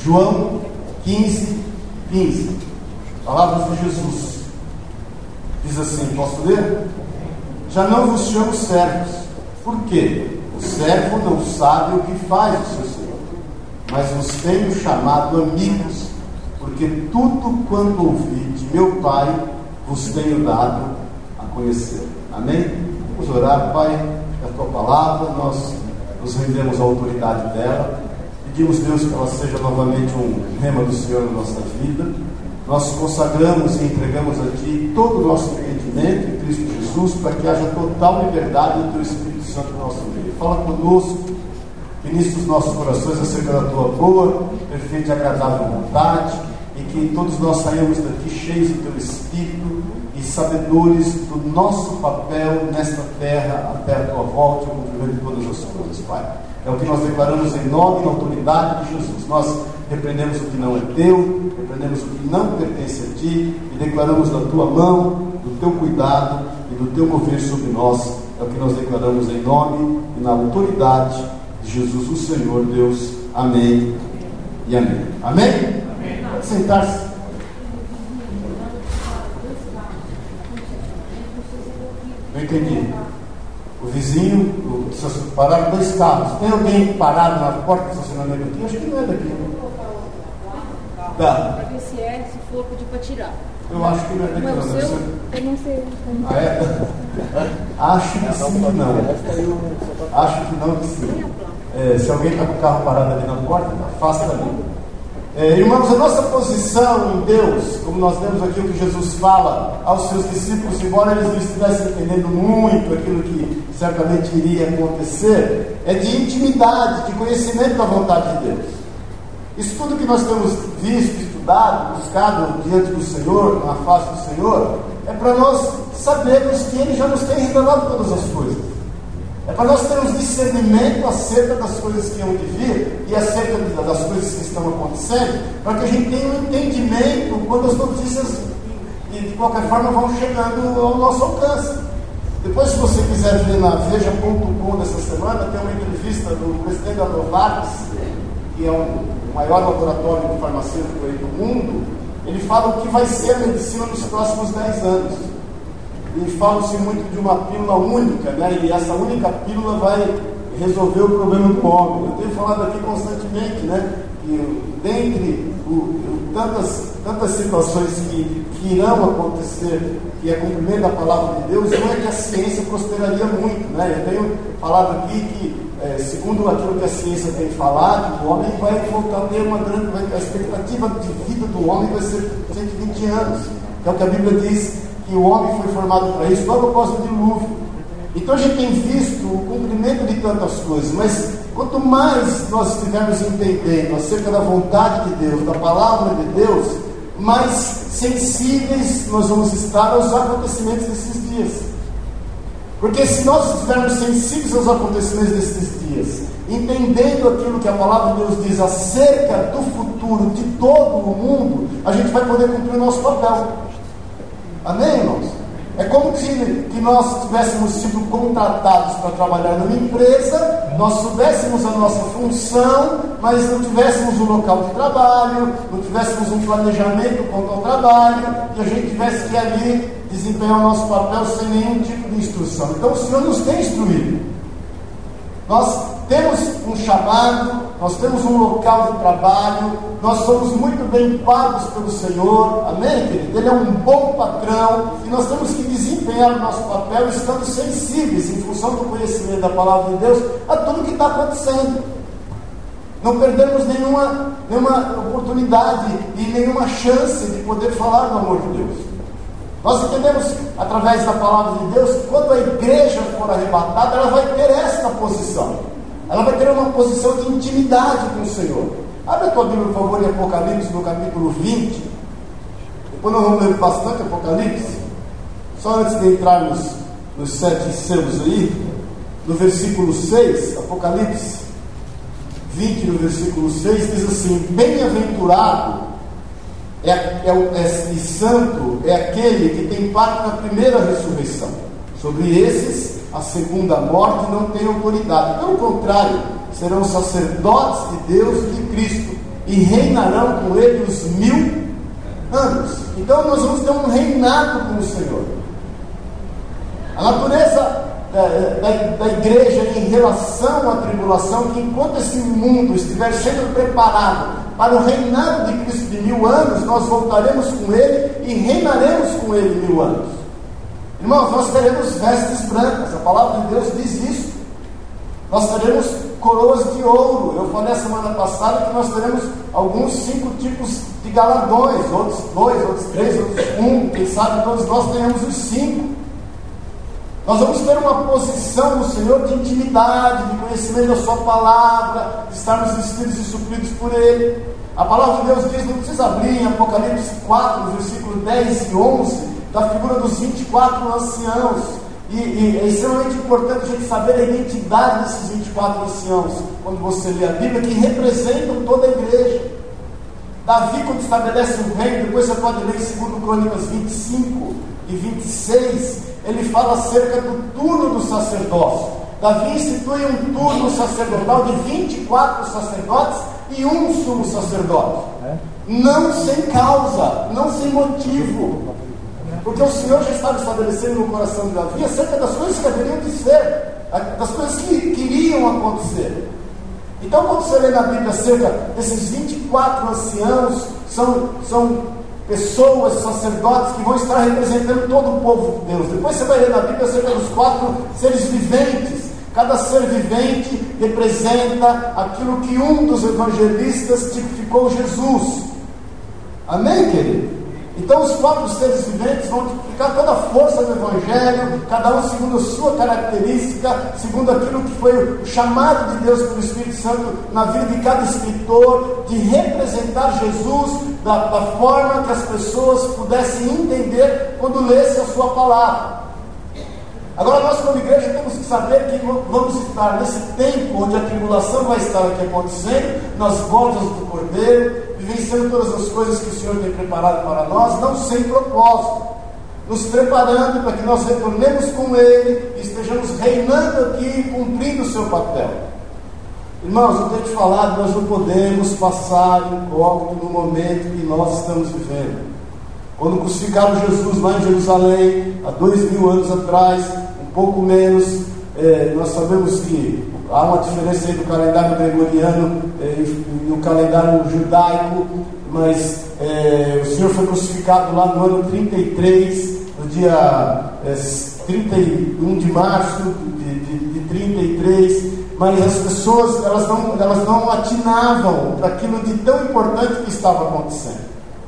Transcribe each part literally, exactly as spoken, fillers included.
João quinze, quinze. Palavras de Jesus. Diz assim, posso ler? Já não vos chamo servos. Por quê? O servo não sabe o que faz o seu Senhor. Mas vos tenho chamado amigos, porque tudo quanto ouvi de meu Pai vos tenho dado a conhecer. Amém? Vamos orar, Pai, é a tua palavra, nós nos rendemos à autoridade dela. Pedimos, Deus, que ela seja novamente um rema do Senhor na nossa vida. Nós consagramos e entregamos a Ti todo o nosso entendimento em Cristo Jesus, para que haja total liberdade do Teu Espírito Santo no nosso meio. Fala conosco, ministra os nossos corações acerca da Tua boa, perfeita e agradável vontade, e que todos nós saímos daqui cheios do Teu Espírito e sabedores do nosso papel nesta terra até a Tua volta e o cumprimento de todas as coisas, Pai. É o que nós declaramos em nome e na autoridade de Jesus. Nós repreendemos o que não é teu, repreendemos o que não pertence a ti e declaramos da tua mão, do teu cuidado e do teu mover sobre nós. É o que nós declaramos em nome e na autoridade de Jesus, o Senhor Deus. Amém e amém. Amém? Amém. Pode sentar-se. Não entendi. O vizinho, o, pararam dois carros. Tem alguém parado na porta do estacionamento aqui? Acho que não é daqui. Tá. Para ver se é, se for, pedir para tirar. Eu acho que não é daqui. Mas Não, o deve seu, ser... eu não sei. Ah, é? Acho que sim, não. Acho que não, que sim. É, se alguém está com o carro parado ali na porta, afasta ali. É, irmãos, a nossa posição em Deus, como nós vemos aqui o que Jesus fala aos seus discípulos, embora eles não estivessem entendendo muito aquilo que certamente iria acontecer, é de intimidade, de conhecimento da vontade de Deus. Isso tudo que nós temos visto, estudado, buscado diante do Senhor, na face do Senhor, é para nós sabermos que Ele já nos tem revelado todas as coisas. É para nós termos discernimento acerca das coisas que hão de vir e acerca das coisas que estão acontecendo, para que a gente tenha um entendimento quando as notícias, de, de qualquer forma, vão chegando ao nosso alcance. Depois, se você quiser ver na veja ponto com dessa semana, tem uma entrevista do presidente da Novartis, que é um maior laboratório farmacêutico aí do mundo. Ele fala o que vai ser a medicina nos próximos dez anos. E fala-se muito de uma pílula única, né? E essa única pílula vai resolver o problema do homem. Eu tenho falado aqui constantemente, né? Que dentre o, o, tantas, tantas situações que, que irão acontecer, que é cumprimento da palavra de Deus, não é que a ciência prosperaria muito, né? Eu tenho falado aqui que, é, segundo aquilo que a ciência tem falado, o homem vai voltar a ter uma grande... A expectativa de vida do homem vai ser cento e vinte anos. Que é o que a Bíblia diz, que o homem foi formado para isso logo após o dilúvio. Então a gente tem visto o cumprimento de tantas coisas, mas quanto mais nós estivermos entendendo acerca da vontade de Deus, da palavra de Deus, mais sensíveis nós vamos estar aos acontecimentos desses dias. Porque se nós estivermos sensíveis aos acontecimentos desses dias, entendendo aquilo que a palavra de Deus diz acerca do futuro de todo o mundo, a gente vai poder cumprir o nosso papel. Amém, irmãos? É como se que nós tivéssemos sido contratados para trabalhar numa empresa, nós soubéssemos a nossa função, mas não tivéssemos um local de trabalho, não tivéssemos um planejamento quanto ao trabalho, e a gente tivesse que ali desempenhar o nosso papel sem nenhum tipo de instrução. Então o Senhor nos tem instruído. Nós temos um chamado, nós temos um local de trabalho, nós somos muito bem pagos pelo Senhor, amém, querido? Ele é um bom patrão, e nós temos que desempenhar o nosso papel estando sensíveis, em função do conhecimento da palavra de Deus, a tudo que está acontecendo. Não perdemos nenhuma, nenhuma oportunidade e nenhuma chance de poder falar do amor de Deus. Nós entendemos, através da palavra de Deus, que quando a igreja for arrebatada, ela vai ter esta posição. Ela vai ter uma posição de intimidade com o Senhor. Abre a tua Bíblia, por favor, em Apocalipse, no capítulo vinte. Depois nós vamos ler bastante Apocalipse. Só antes de entrarmos nos sete selos aí, no versículo seis, Apocalipse vinte, no versículo seis, diz assim: bem-aventurado É, é, é, e santo é aquele que tem parte na primeira ressurreição. Sobre esses, a segunda morte não tem autoridade. Pelo contrário, serão sacerdotes de Deus e de Cristo, e reinarão com ele os mil anos. Então nós vamos ter um reinado com o Senhor. A natureza da, da, da igreja em relação à tribulação, que enquanto esse mundo estiver sendo preparado para o reinado de Cristo de mil anos, nós voltaremos com ele e reinaremos com ele mil anos. Irmãos, nós teremos vestes brancas, a palavra de Deus diz isso. Nós teremos coroas de ouro. Eu falei a semana passada que nós teremos alguns cinco tipos de galardões, outros dois, outros três, outros um, quem sabe todos nós tenhamos os cinco. Nós vamos ter uma posição no Senhor de intimidade, de conhecimento da sua palavra, de estarmos vestidos e supridos por Ele. A palavra de Deus diz, não precisa abrir, em Apocalipse quatro, versículos dez e onze, da figura dos vinte e quatro anciãos. E, e é extremamente importante a gente saber a identidade desses vinte e quatro anciãos, quando você lê a Bíblia, que representam toda a igreja. Davi, quando estabelece o reino, depois você pode ler em segundo Crônicas vinte e cinco e vinte e seis, ele fala acerca do turno do sacerdócio. Davi institui um turno sacerdotal de vinte e quatro sacerdotes e um sumo sacerdote. Não sem causa, não sem motivo. Porque o Senhor já estava estabelecendo no coração de Davi acerca das coisas que haveriam de ser, das coisas que queriam acontecer. Então, quando você lê na Bíblia acerca desses vinte e quatro anciãos, são, são pessoas, sacerdotes, que vão estar representando todo o povo de Deus. Depois você vai ler na Bíblia acerca dos quatro seres viventes. Cada ser vivente representa aquilo que um dos evangelistas tipificou Jesus. Amém, querido? Então os quatro seres viventes vão tipificar toda a força do Evangelho, cada um segundo a sua característica, segundo aquilo que foi o chamado de Deus pelo Espírito Santo na vida de cada escritor, de representar Jesus da, da forma que as pessoas pudessem entender quando lessem a sua palavra. Agora nós como igreja temos que saber que vamos estar nesse tempo onde a tribulação vai estar aqui acontecendo, nas bordas do Cordeiro, vivenciando todas as coisas que o Senhor tem preparado para nós, não sem propósito, nos preparando para que nós retornemos com Ele e estejamos reinando aqui, cumprindo o seu papel. Irmãos, eu tenho te falado, nós não podemos passar incógnito no momento que nós estamos vivendo. Quando crucificaram Jesus lá em Jerusalém, há dois mil anos atrás, um pouco menos, é, nós sabemos que há uma diferença entre o calendário gregoriano é, e o calendário judaico, mas é, o Senhor foi crucificado lá no ano trinta e três, no dia é, trinta e um de março de, de, de trinta e três, mas as pessoas elas não, elas não atinavam para aquilo de tão importante que estava acontecendo.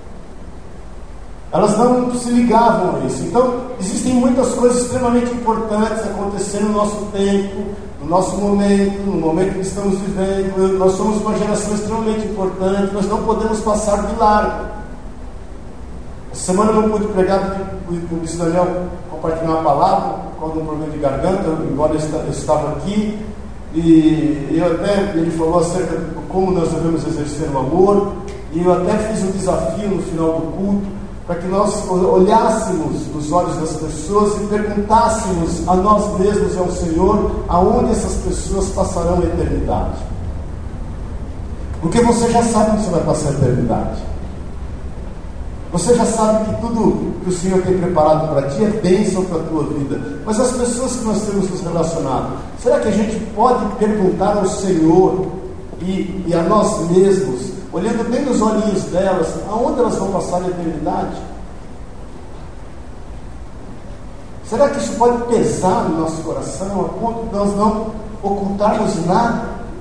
Elas não se ligavam a isso. Então, existem muitas coisas extremamente importantes acontecendo no nosso tempo, no nosso momento, no momento que estamos vivendo. Nós somos uma geração extremamente importante, nós não podemos passar de largo. Essa semana eu não pude pregar porque o bispo Daniel compartilhou uma palavra por causa de um problema de garganta, embora eu estava aqui, e eu até, ele falou acerca de como nós devemos exercer o amor, e eu até fiz um desafio no final do culto, para que nós olhássemos nos olhos das pessoas e perguntássemos a nós mesmos e ao Senhor aonde essas pessoas passarão a eternidade. Porque você já sabe onde você vai passar a eternidade. Você já sabe que tudo que o Senhor tem preparado para ti é bênção para a tua vida. Mas as pessoas que nós temos nos relacionado, será que a gente pode perguntar ao Senhor e, e a nós mesmos, olhando bem nos olhinhos delas, aonde elas vão passar a eternidade? Será que isso pode pesar no nosso coração, a ponto de nós não ocultarmos nada?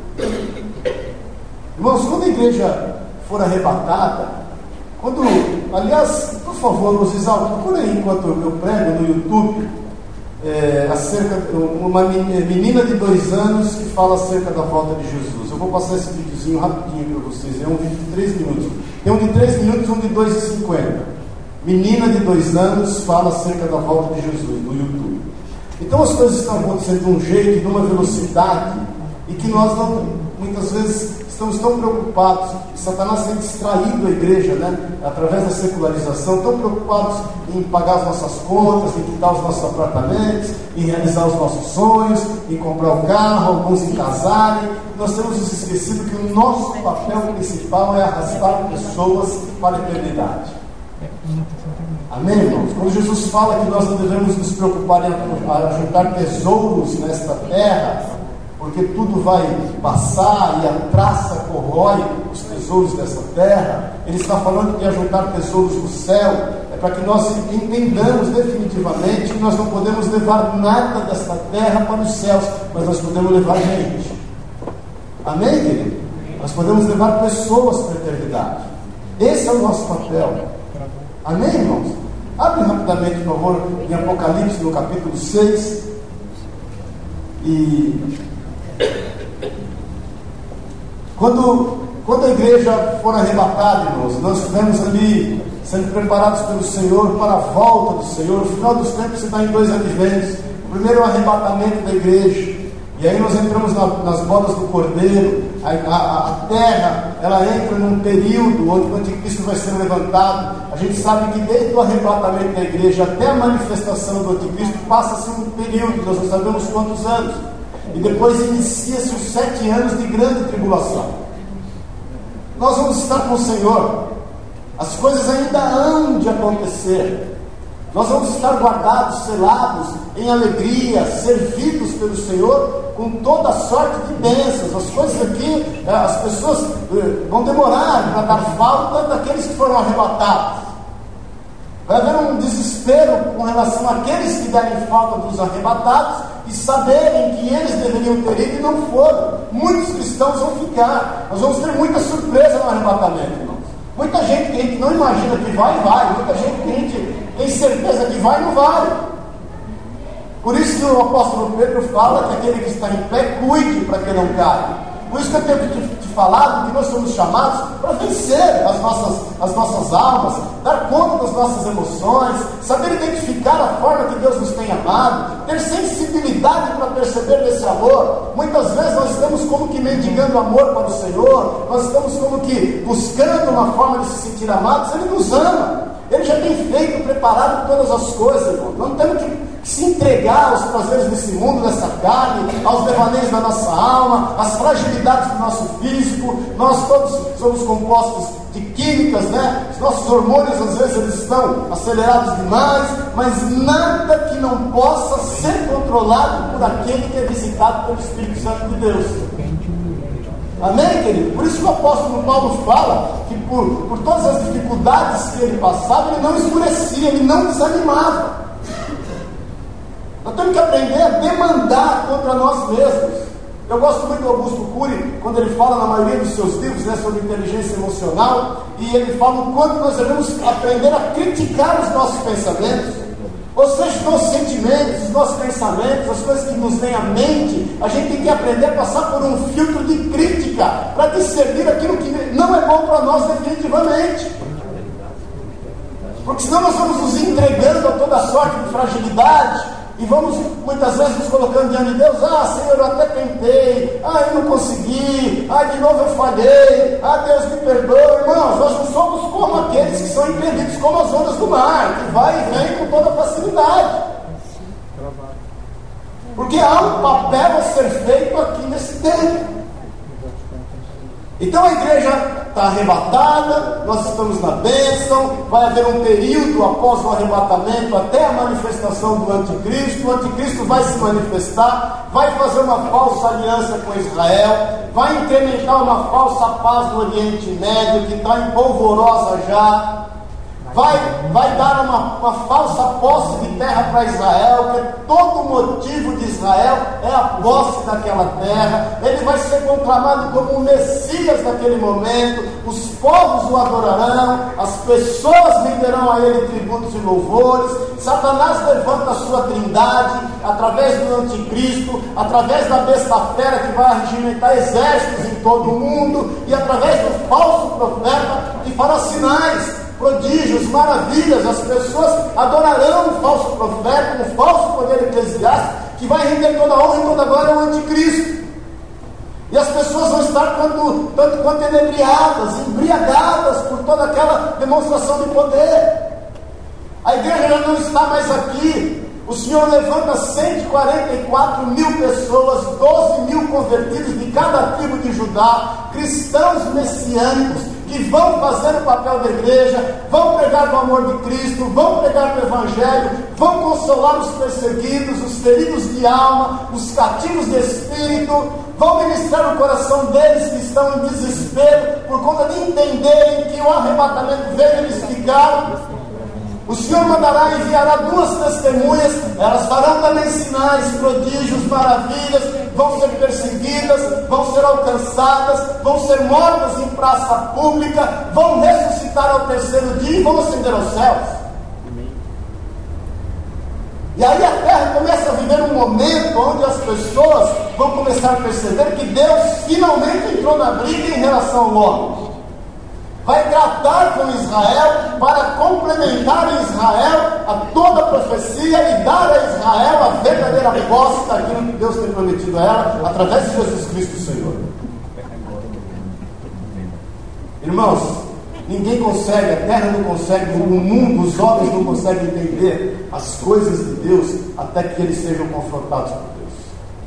Irmãos, quando a igreja for arrebatada, quando, aliás, por favor, Luzisaldo, procura aí enquanto eu prego no YouTube, é, acerca de uma menina de dois anos que fala acerca da volta de Jesus. Eu vou passar esse videozinho rapidinho para vocês. É um vídeo de três minutos. Tem um de três minutos e um de dois e cinquenta. Menina de dois anos fala acerca da volta de Jesus no YouTube. Então as coisas estão acontecendo de um jeito, de uma velocidade, e que nós não, muitas vezes estamos tão preocupados, e Satanás tem distraído a igreja, né, através da secularização, tão preocupados em pagar as nossas contas, em quitar os nossos apartamentos, em realizar os nossos sonhos, em comprar o carro, alguns em casarem. Nós temos nos esquecido que o nosso papel principal é arrastar pessoas para a eternidade. Amém, irmãos? Quando Jesus fala que nós não devemos nos preocupar em ajuntar tesouros nesta terra, porque tudo vai passar e a traça corrói os tesouros dessa terra, ele está falando que ajuntar tesouros no céu é para que nós entendamos definitivamente que nós não podemos levar nada desta terra para os céus, mas nós podemos levar gente. Amém, querido? Nós podemos levar pessoas para a eternidade. Esse é o nosso papel. Amém, irmãos? Abre rapidamente, por favor, em Apocalipse, no capítulo seis. E quando, quando a igreja for arrebatada, irmãos, nós estivemos ali sendo preparados pelo Senhor para a volta do Senhor. O final dos tempos se dá em dois adventos. O primeiro é o arrebatamento da igreja, e aí nós entramos na, nas bodas do Cordeiro. A, a, a terra, ela entra num período onde o anticristo vai ser levantado. A gente sabe que desde o arrebatamento da igreja até a manifestação do anticristo passa-se um período, nós não sabemos quantos anos, e depois inicia-se os sete anos de grande tribulação. Nós vamos estar com o Senhor, as coisas ainda hão de acontecer. Nós vamos estar guardados, selados, em alegria, servidos pelo Senhor, com toda sorte de bênçãos. As coisas aqui, as pessoas vão demorar para dar falta daqueles que foram arrebatados. Vai haver um desespero com relação àqueles que derem falta dos arrebatados e saberem que eles deveriam ter ido e não foram. Muitos cristãos vão ficar. Nós vamos ter muita surpresa no arrebatamento, irmãos. Muita gente que a gente não imagina que vai, vai. Muita gente que a gente tem certeza que vai, não vai. Por isso que o apóstolo Pedro fala que aquele que está em pé, cuide para que não caia. Por isso que eu tenho te, te falado que nós somos chamados para vencer as nossas, as nossas almas, dar conta das nossas emoções, saber identificar a forma que Deus nos tem amado, ter sensibilidade para perceber desse amor. Muitas vezes nós estamos como que mendigando amor para o Senhor, nós estamos como que buscando uma forma de se sentir amados. Ele nos ama. Ele já tem feito, preparado todas as coisas, irmão. Não temos que se entregar aos prazeres desse mundo, dessa carne, aos devaneios da nossa alma, às fragilidades do nosso físico. Nós todos somos compostos de químicas, né? Os nossos hormônios, às vezes, eles estão acelerados demais, mas nada que não possa ser controlado por aquele que é visitado pelo Espírito Santo de Deus. Amém, querido? Por isso que o apóstolo Paulo fala que por, por todas as dificuldades que ele passava, ele não escurecia, ele não desanimava. Nós temos que aprender a demandar contra nós mesmos. Eu gosto muito do Augusto Cury, quando ele fala na maioria dos seus livros, né, sobre inteligência emocional, e ele fala o quanto nós devemos aprender a criticar os nossos pensamentos. Ou seja, os nossos sentimentos, os nossos pensamentos, as coisas que nos vêm à mente, a gente tem que aprender a passar por um filtro de crítica para discernir aquilo que não é bom para nós definitivamente. Porque senão nós vamos nos entregando a toda sorte de fragilidade e vamos muitas vezes nos colocando diante de Deus. Ah, Senhor, eu até tentei, ah, eu não consegui, ah, de novo eu falhei, ah, Deus me perdoe. Irmãos, nós não somos como aqueles que são impedidos como as ondas do mar, que vai e vem com toda facilidade. Porque há um papel a ser feito aqui nesse tempo. Então a igreja está arrebatada, nós estamos na bênção, vai haver um período após o arrebatamento até a manifestação do anticristo. O anticristo vai se manifestar, vai fazer uma falsa aliança com Israel, vai incrementar uma falsa paz no Oriente Médio, que está em polvorosa já, vai, vai dar uma, uma falsa posse de terra para Israel, que todo o motivo de Israel é a posse daquela terra. Ele vai ser conclamado como o Messias naquele momento, os povos o adorarão, as pessoas renderão a ele tributos e louvores. Satanás levanta a sua trindade através do anticristo, através da besta fera que vai regimentar exércitos em todo o mundo, e através do falso profeta que fará sinais, prodígios, maravilhas. As pessoas adorarão o falso profeta, o falso poder eclesiástico, que vai render toda a honra e toda a glória ao anticristo. E as pessoas vão estar tanto, tanto quanto inebriadas, embriagadas por toda aquela demonstração de poder. A igreja já não está mais aqui. O Senhor levanta cento e quarenta e quatro mil pessoas, doze mil convertidos de cada tribo de Judá, cristãos messiânicos, que vão fazer o papel da igreja, vão pregar do amor de Cristo, vão pregar do Evangelho, vão consolar os perseguidos, os feridos de alma, os cativos de espírito, vão ministrar o coração deles que estão em desespero, por conta de entenderem que o arrebatamento veio, eles ficaram. O Senhor mandará e enviará duas testemunhas, elas farão também sinais, prodígios, maravilhas, vão ser perseguidas, vão ser alcançadas, vão ser mortas em praça pública, vão ressuscitar ao terceiro dia e vão ascender aos céus. E aí a terra começa a viver um momento onde as pessoas vão começar a perceber que Deus finalmente entrou na briga em relação ao homem. Vai tratar com Israel para complementar em Israel a toda a profecia e dar a Israel a verdadeira posse daquilo que Deus tem prometido a ela, através de Jesus Cristo, Senhor. Irmãos, ninguém consegue, a terra não consegue, o mundo, os homens não conseguem entender as coisas de Deus até que eles sejam confrontados por Deus.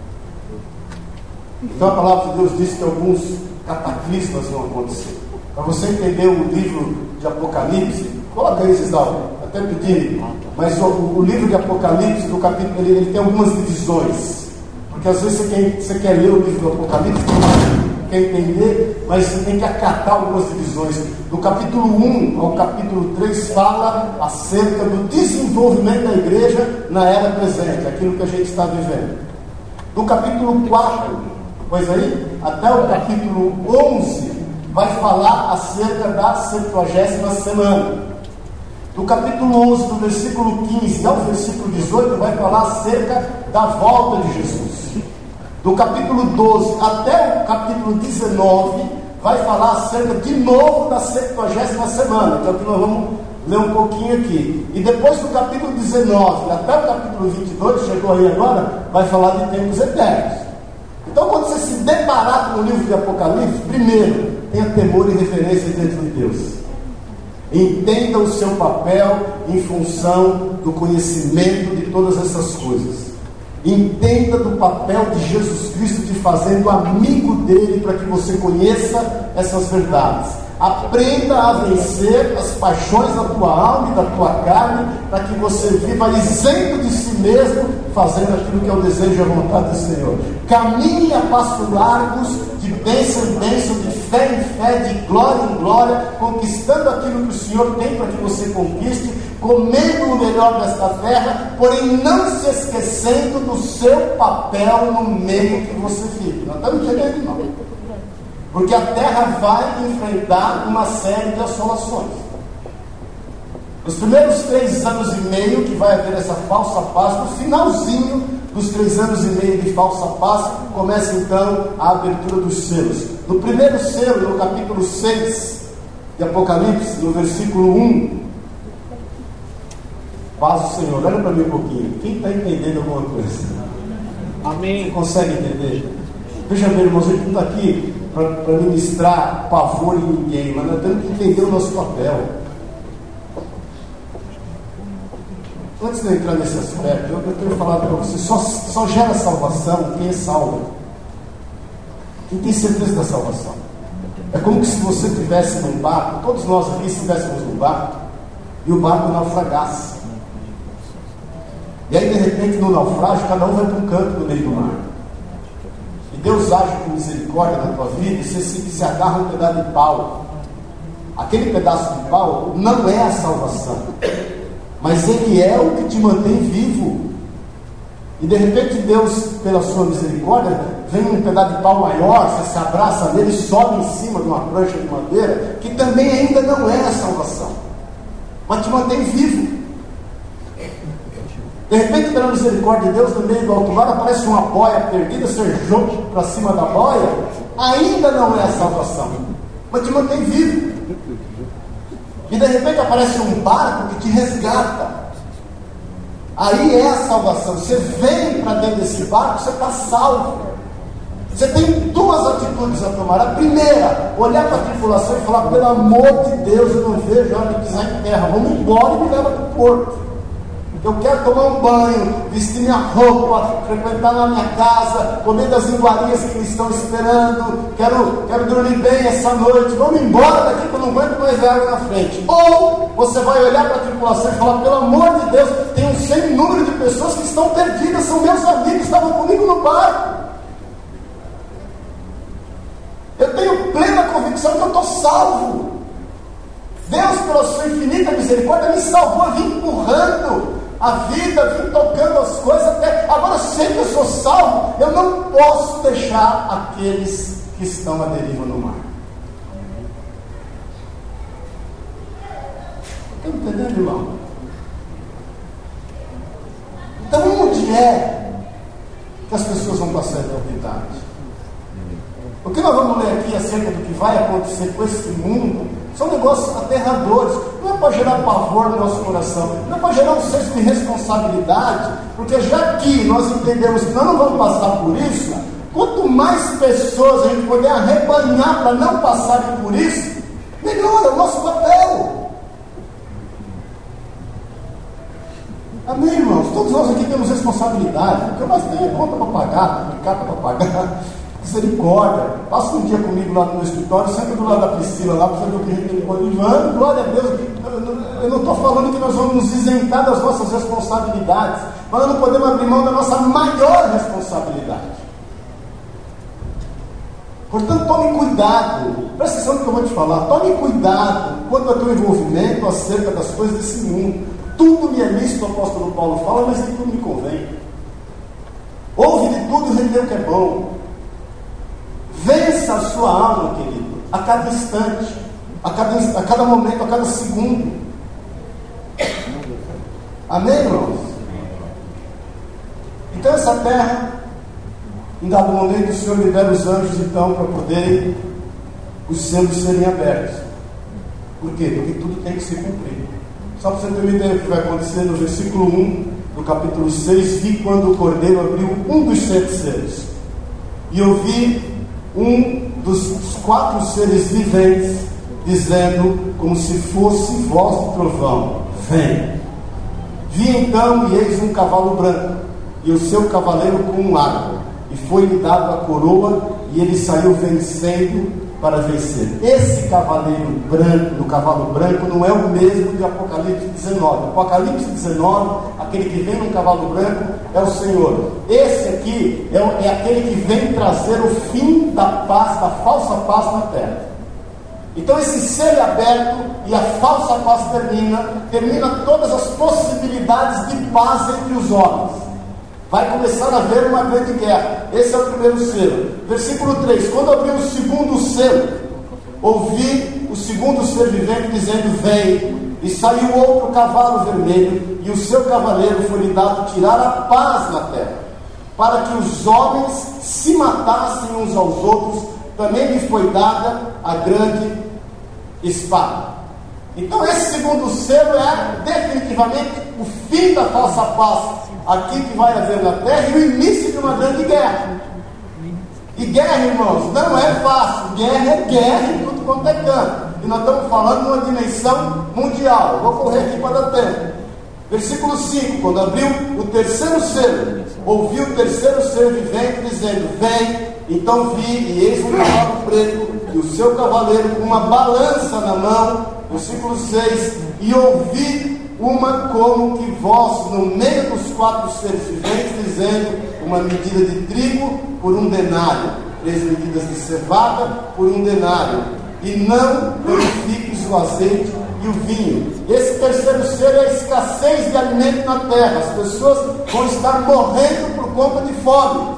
Então a palavra de Deus diz que alguns cataclismas vão acontecer. Para você entender o livro de Apocalipse, coloca aí, Cisdal, até pedi, mas o, o livro de Apocalipse, do capítulo, ele, ele tem algumas divisões, porque às vezes você quer, você quer ler o livro do Apocalipse, quer entender, mas você tem que acatar algumas divisões. Do capítulo um ao capítulo três fala acerca do desenvolvimento da igreja na era presente, aquilo que a gente está vivendo. Do capítulo quatro, pois aí, até o capítulo onze, vai falar acerca da septuagésima semana. Do capítulo onze, do versículo quinze ao versículo dezoito, vai falar acerca da volta de Jesus. Do capítulo doze até o capítulo dezenove, vai falar acerca de novo da septuagésima semana, que é o que nós vamos ler um pouquinho aqui. E depois do capítulo dezenove até o capítulo vinte e dois, chegou aí agora, vai falar de tempos eternos. Então, quando você se deparar com o livro de Apocalipse, primeiro, tenha temor e referência diante de Deus. Entenda o seu papel em função do conhecimento de todas essas coisas. Entenda do papel de Jesus Cristo te fazendo amigo dele para que você conheça essas verdades. Aprenda a vencer as paixões da tua alma e da tua carne, para que você viva isento de si mesmo, fazendo aquilo que é o desejo e a vontade do Senhor. Caminhe a passos largos, de bênção em bênção, de fé em fé, de glória em glória, conquistando aquilo que o Senhor tem para que você conquiste, comendo o melhor desta terra, porém não se esquecendo do seu papel no meio que você vive. Nós estamos entendendo, não? Porque a terra vai enfrentar uma série de assolações. Nos primeiros três anos e meio que vai haver essa falsa paz, no finalzinho dos três anos e meio de falsa paz, começa então a abertura dos selos. No primeiro selo, no capítulo seis de Apocalipse, no versículo um, paz do Senhor. Olha para mim um pouquinho. Quem está entendendo alguma coisa? Amém. Você consegue entender? Veja bem, irmãos, a gente não está aqui para ministrar pavor em ninguém, mas nós temos que entender o nosso papel. Antes de eu entrar nesse aspecto, eu tenho falado para você, só, só gera salvação quem é salvo. Quem tem certeza da salvação. É como se você estivesse num barco, todos nós aqui estivéssemos num barco, e o barco naufragasse. E aí, de repente, no naufrágio, cada um vai para um canto no meio do mar. E Deus age com misericórdia na tua vida e você se, se agarra um pedaço de pau. Aquele pedaço de pau não é a salvação, mas ele é o que te mantém vivo. E de repente Deus, pela sua misericórdia, vem um pedaço de pau maior, você se abraça nele e sobe em cima de uma prancha de madeira, que também ainda não é a salvação, mas te mantém vivo. De repente, pela misericórdia de Deus, no meio do alto mar aparece uma boia perdida, você joga para cima da boia, ainda não é a salvação, mas te mantém vivo. E de repente aparece um barco que te resgata, aí é a salvação. Você vem para dentro desse barco, você está salvo. Você tem duas atitudes a tomar. A primeira, olhar para a tripulação e falar: pelo amor de Deus, eu não vejo a hora de pisar em terra, vamos embora e me leva para o porto. Eu quero tomar um banho, vestir minha roupa, frequentar na minha casa, comer das iguarias que me estão esperando, quero, quero dormir bem essa noite, vamos embora daqui que eu não aguento mais ver água na frente. Ou você vai olhar para a tripulação e falar: pelo amor de Deus, tem um sem número de pessoas que estão perdidas, são meus amigos, estavam comigo no barco. Eu tenho plena convicção que eu estou salvo. Deus, pela sua infinita misericórdia, me salvou, eu vim empurrando a vida, vim tocando as coisas até agora. Eu sei que eu sou salvo, eu não posso deixar aqueles que estão à deriva no mar. Está entendendo, irmão? Então, onde é que as pessoas vão passar a eternidade? O que nós vamos ler aqui acerca do que vai acontecer com esse mundo são negócios aterradores. Não é para gerar pavor no nosso coração, não é para gerar um senso de responsabilidade, porque já que nós entendemos que nós não vamos passar por isso, quanto mais pessoas a gente puder arrebanhar para não passarem por isso, melhor é o nosso papel. Amém, irmãos? Todos nós aqui temos responsabilidade. O que nós temos é conta para pagar, carta para pagar. Misericórdia. Passa um dia comigo lá no meu escritório, senta do lado da Priscila lá, para você ver o que a gente tem por Ivan, glória a Deus. Eu não estou falando que nós vamos nos isentar das nossas responsabilidades, mas nós não podemos abrir mão da nossa maior responsabilidade. Portanto, tome cuidado. Presta atenção no que eu vou te falar. Tome cuidado quanto ao teu envolvimento acerca das coisas desse mundo. Tudo me é lícito, o apóstolo Paulo fala, mas nem tudo me convém. Ouve de tudo e retém o que é bom. Vença a sua alma, querido, a cada instante, a cada, a cada momento, a cada segundo. Amém, irmãos? Então essa terra, em dado momento, o Senhor libera os anjos, então, para poderem os selos serem abertos. Por quê? Porque tudo tem que se cumprir. Só para você ter uma ideia do que vai acontecer no versículo um do capítulo seis: vi quando o cordeiro abriu um dos sete selos, e eu vi um dos quatro seres viventes dizendo, como se fosse voz de trovão: vem. Vi então, e eis um cavalo branco, e o seu cavaleiro com um arco, e foi-lhe dado a coroa, e ele saiu vencendo para vencer. Esse cavaleiro branco, do cavalo branco, não é o mesmo de Apocalipse dezenove. Apocalipse dezenove, aquele que vem num cavalo branco é o Senhor. Esse aqui é, é aquele que vem trazer o fim da paz, da falsa paz na terra. Então esse selo é aberto e a falsa paz termina, termina todas as possibilidades de paz entre os homens. Vai começar a haver uma grande guerra. Esse é o primeiro selo. Versículo três: quando abriu o segundo selo, ouvi o segundo ser vivente dizendo: vem. E saiu outro cavalo vermelho, e o seu cavaleiro foi-lhe dado tirar a paz na terra, para que os homens se matassem uns aos outros. Também lhe foi dada a grande espada. Então esse segundo selo é definitivamente o fim da falsa paz aqui que vai haver na terra, e o início de uma grande guerra. E guerra, irmãos, não é fácil. Guerra é guerra em tudo quanto é canto. E nós estamos falando de uma dimensão mundial. Eu vou correr aqui para dar tempo. Versículo cinco: quando abriu o terceiro selo, ouvi o terceiro ser vivente dizendo: vem. Então vi, e eis um cavalo preto, e o seu cavaleiro com uma balança na mão. Versículo seis: e ouvi uma como que voz no meio dos quatro seres viventes, dizendo: uma medida de trigo por um denário, três medidas de cevada por um denário, e não purifiques o azeite e o vinho. Esse terceiro ser é a escassez de alimento na terra. As pessoas vão estar morrendo por conta de fome.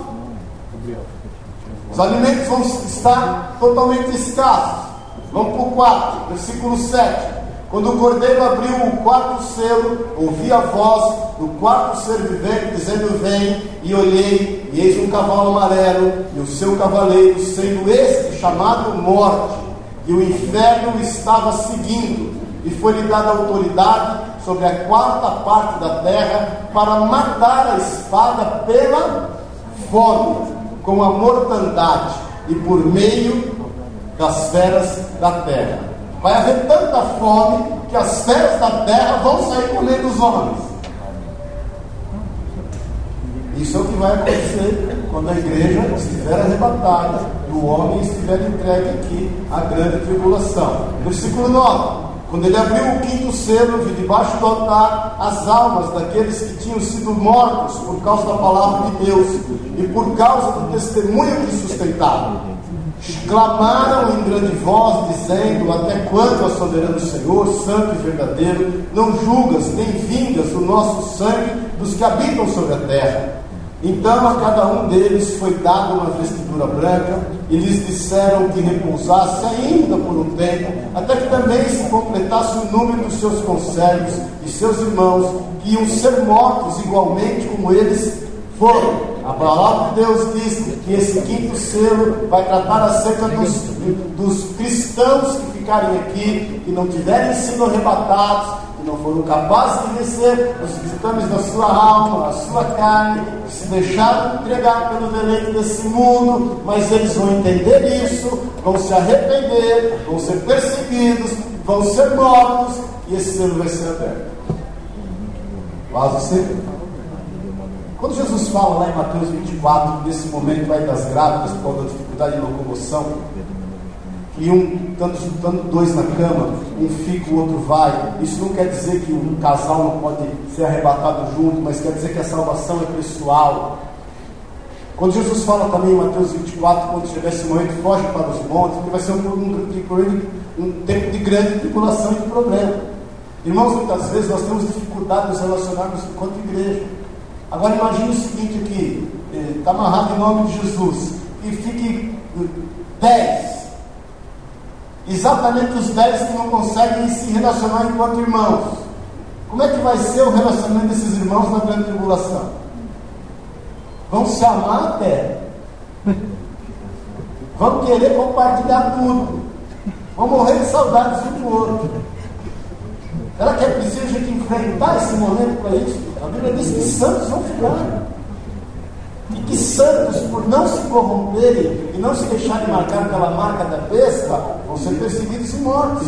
Os alimentos vão estar totalmente escassos. Vamos para o quatro, versículo sete. Quando o cordeiro abriu o quarto selo, ouvi a voz do quarto ser vivente dizendo: vem. E olhei, e eis um cavalo amarelo, e o seu cavaleiro, sendo este chamado Morte, e o inferno o estava seguindo, e foi-lhe dada autoridade sobre a quarta parte da terra, para matar a espada pela fome, com a mortandade e por meio das feras da terra. Vai haver tanta fome que as feras da terra vão sair comendo os homens. Isso é o que vai acontecer quando a igreja estiver arrebatada e o homem estiver entregue aqui à grande tribulação. Versículo nove. Quando ele abriu o quinto selo, vi debaixo do altar as almas daqueles que tinham sido mortos por causa da palavra de Deus e por causa do testemunho que sustentavam. Clamaram em grande voz, dizendo: até quando, ó soberano Senhor, santo e verdadeiro, não julgas nem vingas o nosso sangue dos que habitam sobre a terra? Então a cada um deles foi dada uma vestidura branca, e lhes disseram que repousasse ainda por um tempo, até que também se completasse o número dos seus conservos e seus irmãos, que iam ser mortos igualmente como eles foram. A palavra de Deus diz que esse quinto selo vai tratar acerca dos, dos cristãos que ficarem aqui, que não tiverem sido arrebatados, que não foram capazes de vencer os ditames da sua alma, da sua carne, que se deixaram entregar pelo deleite desse mundo, mas eles vão entender isso, vão se arrepender, vão ser perseguidos, vão ser mortos, e esse selo vai ser aberto. Quase o selo. Quando Jesus fala lá em Mateus vinte e quatro, nesse momento aí das grávidas, por causa da dificuldade de locomoção, e um, tanto juntando dois na cama, um fica, o outro vai, isso não quer dizer que um casal não pode ser arrebatado junto, mas quer dizer que a salvação é pessoal. Quando Jesus fala também em Mateus vinte e quatro, quando chegar esse momento, foge para os montes, porque vai ser um, um, um tempo de grande tribulação e de problema. Irmãos, muitas vezes nós temos dificuldade de nos relacionarmos enquanto igreja. Agora imagine o seguinte aqui, está amarrado em nome de Jesus, e fique dez, exatamente os dez que não conseguem se relacionar enquanto irmãos. Como é que vai ser o relacionamento desses irmãos na grande tribulação? Vão se amar até, vão querer compartilhar tudo, vão morrer de saudades um do outro. Ela quer preciso a gente enfrentar esse momento para isso. A Bíblia diz que santos vão ficar. E que santos, por não se corromperem e não se deixarem marcar pela marca da besta, vão ser perseguidos e mortos.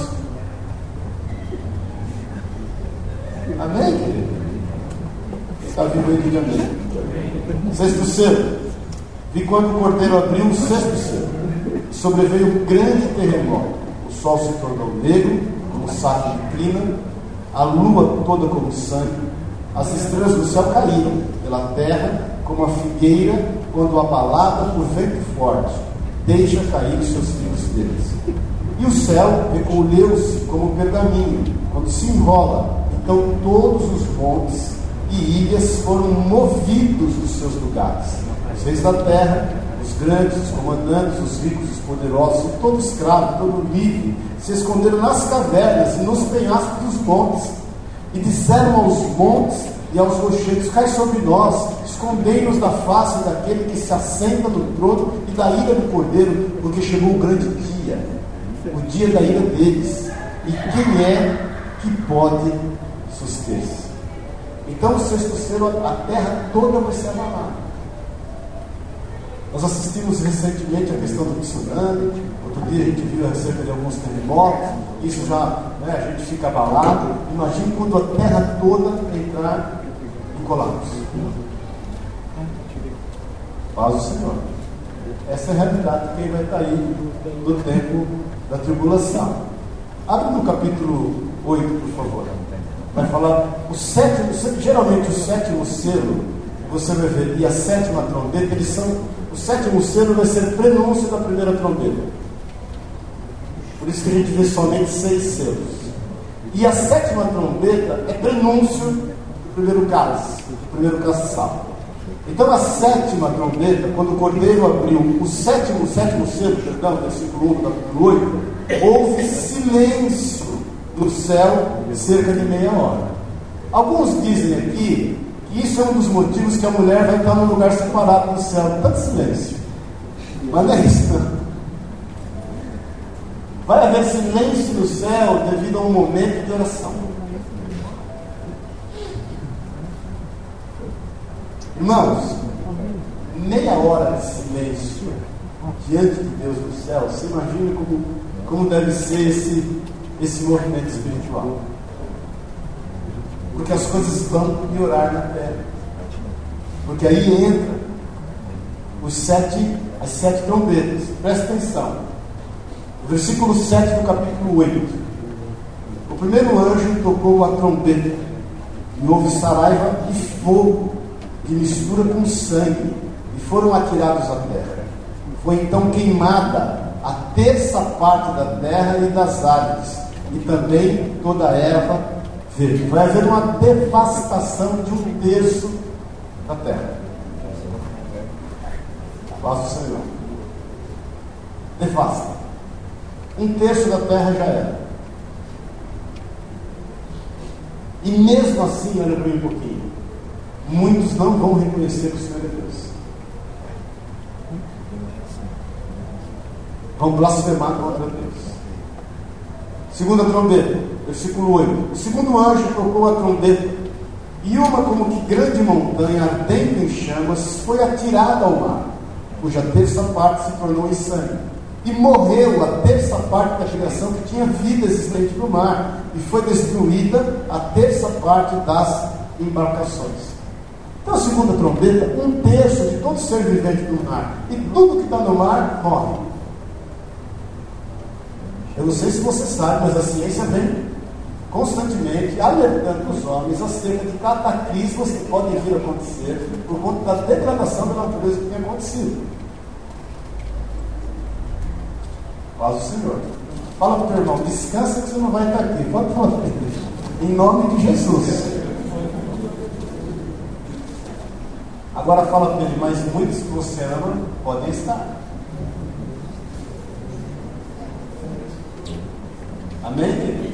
Amém, querido? Está vivo aí, diga amém. Sexto selo. Vi quando o cordeiro abriu o sexto selo. Sobreveio um grande terremoto. O sol se tornou negro, como saco de crina, a lua toda como sangue, as estrelas do céu caíram pela terra, como a figueira, quando abalada por vento forte, deixa cair os seus figos deles. E o céu recolheu-se como pergaminho, quando se enrola. Então todos os montes e ilhas foram movidos dos seus lugares. Os reis da terra, os grandes, os comandantes, os ricos, os poderosos, e todo escravo, todo livre, se esconderam nas cavernas e nos penhascos dos montes, e disseram aos montes e aos rochedos: cai sobre nós, escondei-nos da face daquele que se assenta no trono e da ira do cordeiro, porque chegou o grande dia, o dia da ira deles, e quem é que pode suster-se? Então o sexto selo, a terra toda vai ser abalada. Nós assistimos recentemente a questão do tsunami, outro dia a gente viu acerca de alguns terremotos, isso já, né, a gente fica abalado. Imagine quando a terra toda entrar em colapso. Paz do Senhor. Essa é a realidade de quem vai cair no tempo da tribulação. Abre no capítulo oito, por favor. Vai falar, o sétimo, geralmente o sétimo selo, você vai ver, e a sétima trombeta, eles são, o sétimo selo vai ser prenúncio da primeira trombeta. Por isso que a gente vê somente seis selos. E a sétima trombeta é prenúncio do primeiro cálice, do primeiro castiçal. Então a sétima trombeta, quando o cordeiro abriu o sétimo, o sétimo selo, perdão, versículo um do capítulo oito, houve silêncio no céu cerca de meia hora. Alguns dizem aqui que isso é um dos motivos que a mulher vai estar num lugar separado no céu, tanto silêncio. Mas não é isso, não. Vai haver silêncio no céu devido a um momento de oração. Irmãos, meia hora de silêncio diante de Deus do céu, você imagina como, como deve ser esse, esse movimento espiritual. Porque as coisas vão piorar na terra. Porque aí entra os sete, as sete trombetas. Presta atenção. O versículo sete do capítulo oito. O primeiro anjo tocou a trombeta e houve saraiva e fogo que mistura com sangue e foram atirados à terra. Foi então queimada a terça parte da terra e das árvores e também toda a erva verde. Vai haver uma devastação de um terço da terra. Paz do Senhor. Devasta. Um terço da terra já era. E mesmo assim, olha para mim um pouquinho, muitos não vão reconhecer que o Senhor é Deus. Vão blasfemar contra Deus. Segunda trombeta, versículo oito. O segundo anjo tocou a trombeta, e uma como que grande montanha ardente em chamas foi atirada ao mar, cuja terça parte se tornou em sangue. E morreu a terça parte da criação que tinha vida existente no mar, e foi destruída a terça parte das embarcações. Então a segunda trombeta, um terço de todo ser vivente do mar, e tudo que está no mar morre. Eu não sei se você sabe, mas a ciência vem constantemente alertando os homens acerca de cataclismos que podem vir a acontecer por conta da degradação da natureza que tem acontecido. Paz do Senhor. Fala para o teu irmão, descansa que você não vai estar aqui. Pode falar para ele. Em nome de Jesus. Agora fala para ele, mas muitos que você ama podem estar. Amém, querido?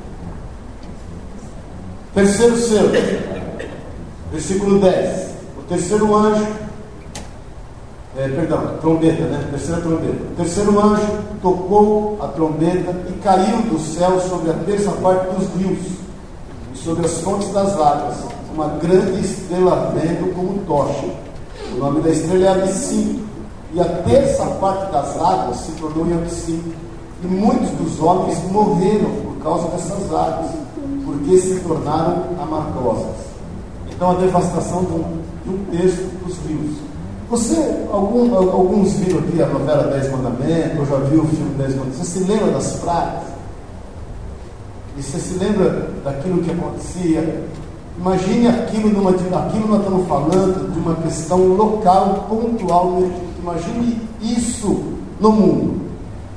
Terceiro selo, versículo dez. O terceiro anjo, é, perdão, trombeta, né? Terceira trombeta. O terceiro anjo tocou a trombeta e caiu do céu sobre a terça parte dos rios e sobre as fontes das águas, uma grande estrela ardendo como tocha. O nome da estrela é Absinto, e a terça parte das águas se tornou em Absinto. E muitos dos homens morreram por causa dessas águas, porque se tornaram amargosas. Então a devastação de um, de um terço dos rios. Você, algum, alguns viram aqui a novela Dez Mandamentos, ou já viu o filme Dez Mandamentos? Você se lembra das pragas? E você se lembra daquilo que acontecia? Imagine aquilo, numa, aquilo nós estamos falando de uma questão local, pontual no Egito. Imagine isso no mundo.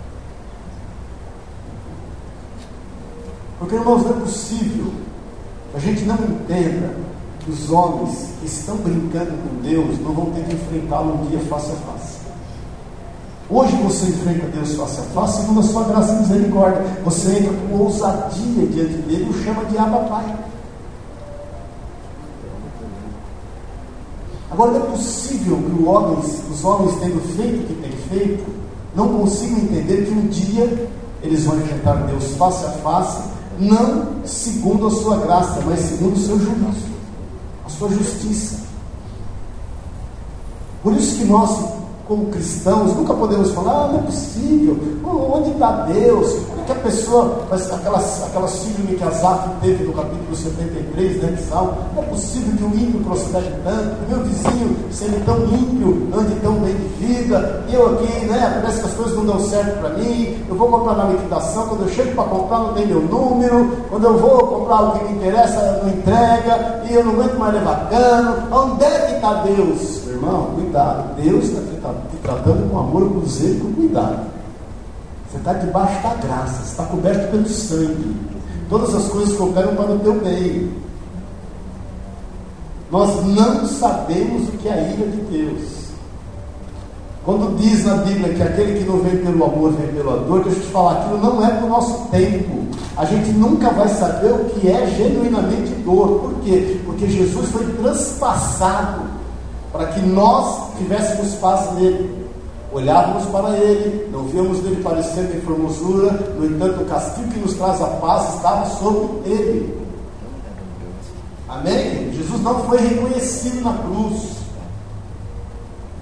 Porque, irmãos, não é possível que a gente não entenda que os homens que estão brincando com Deus não vão ter que enfrentá-lo um dia face a face. Hoje você enfrenta Deus face a face segundo a sua graça e misericórdia. Você entra com ousadia diante dele e o chama de Abba Pai. Agora, não é possível que os homens, os homens tendo feito o que têm feito, não consigam entender que um dia eles vão enfrentar Deus face a face, não segundo a sua graça, mas segundo o seu juízo, a sua justiça. Por isso que nós, como cristãos, nunca podemos falar, ah, não é possível, onde está Deus? Como é que a pessoa, aquelas, aquela síndrome que Asaf teve no capítulo setenta e três, né, de Salmo, não é possível que o ímpio prospere tanto, que o meu vizinho, sendo tão ímpio, ande tão bem de vida, e eu aqui, né, parece que as coisas não dão certo para mim, eu vou comprar na liquidação, quando eu chego para comprar não tem meu número, quando eu vou comprar algo que me interessa, não entrega, e eu não aguento mais levar cano. Onde é que está Deus? Irmão, cuidado, Deus está te tratando com amor, com zelo e com cuidado. Você está debaixo da graça, você está coberto pelo sangue. Todas as coisas cooperam para o teu bem. Nós não sabemos o que é a ira de Deus. Quando diz na Bíblia que aquele que não vem pelo amor, vem pela dor, deixa eu te falar, aquilo não é para o nosso tempo. A gente nunca vai saber o que é genuinamente dor. Por quê? Porque Jesus foi transpassado para que nós tivéssemos paz nele. Olhávamos para ele, não víamos nele parecendo em formosura, no entanto o castigo que nos traz a paz estava sobre ele. Amém? Jesus não foi reconhecido na cruz.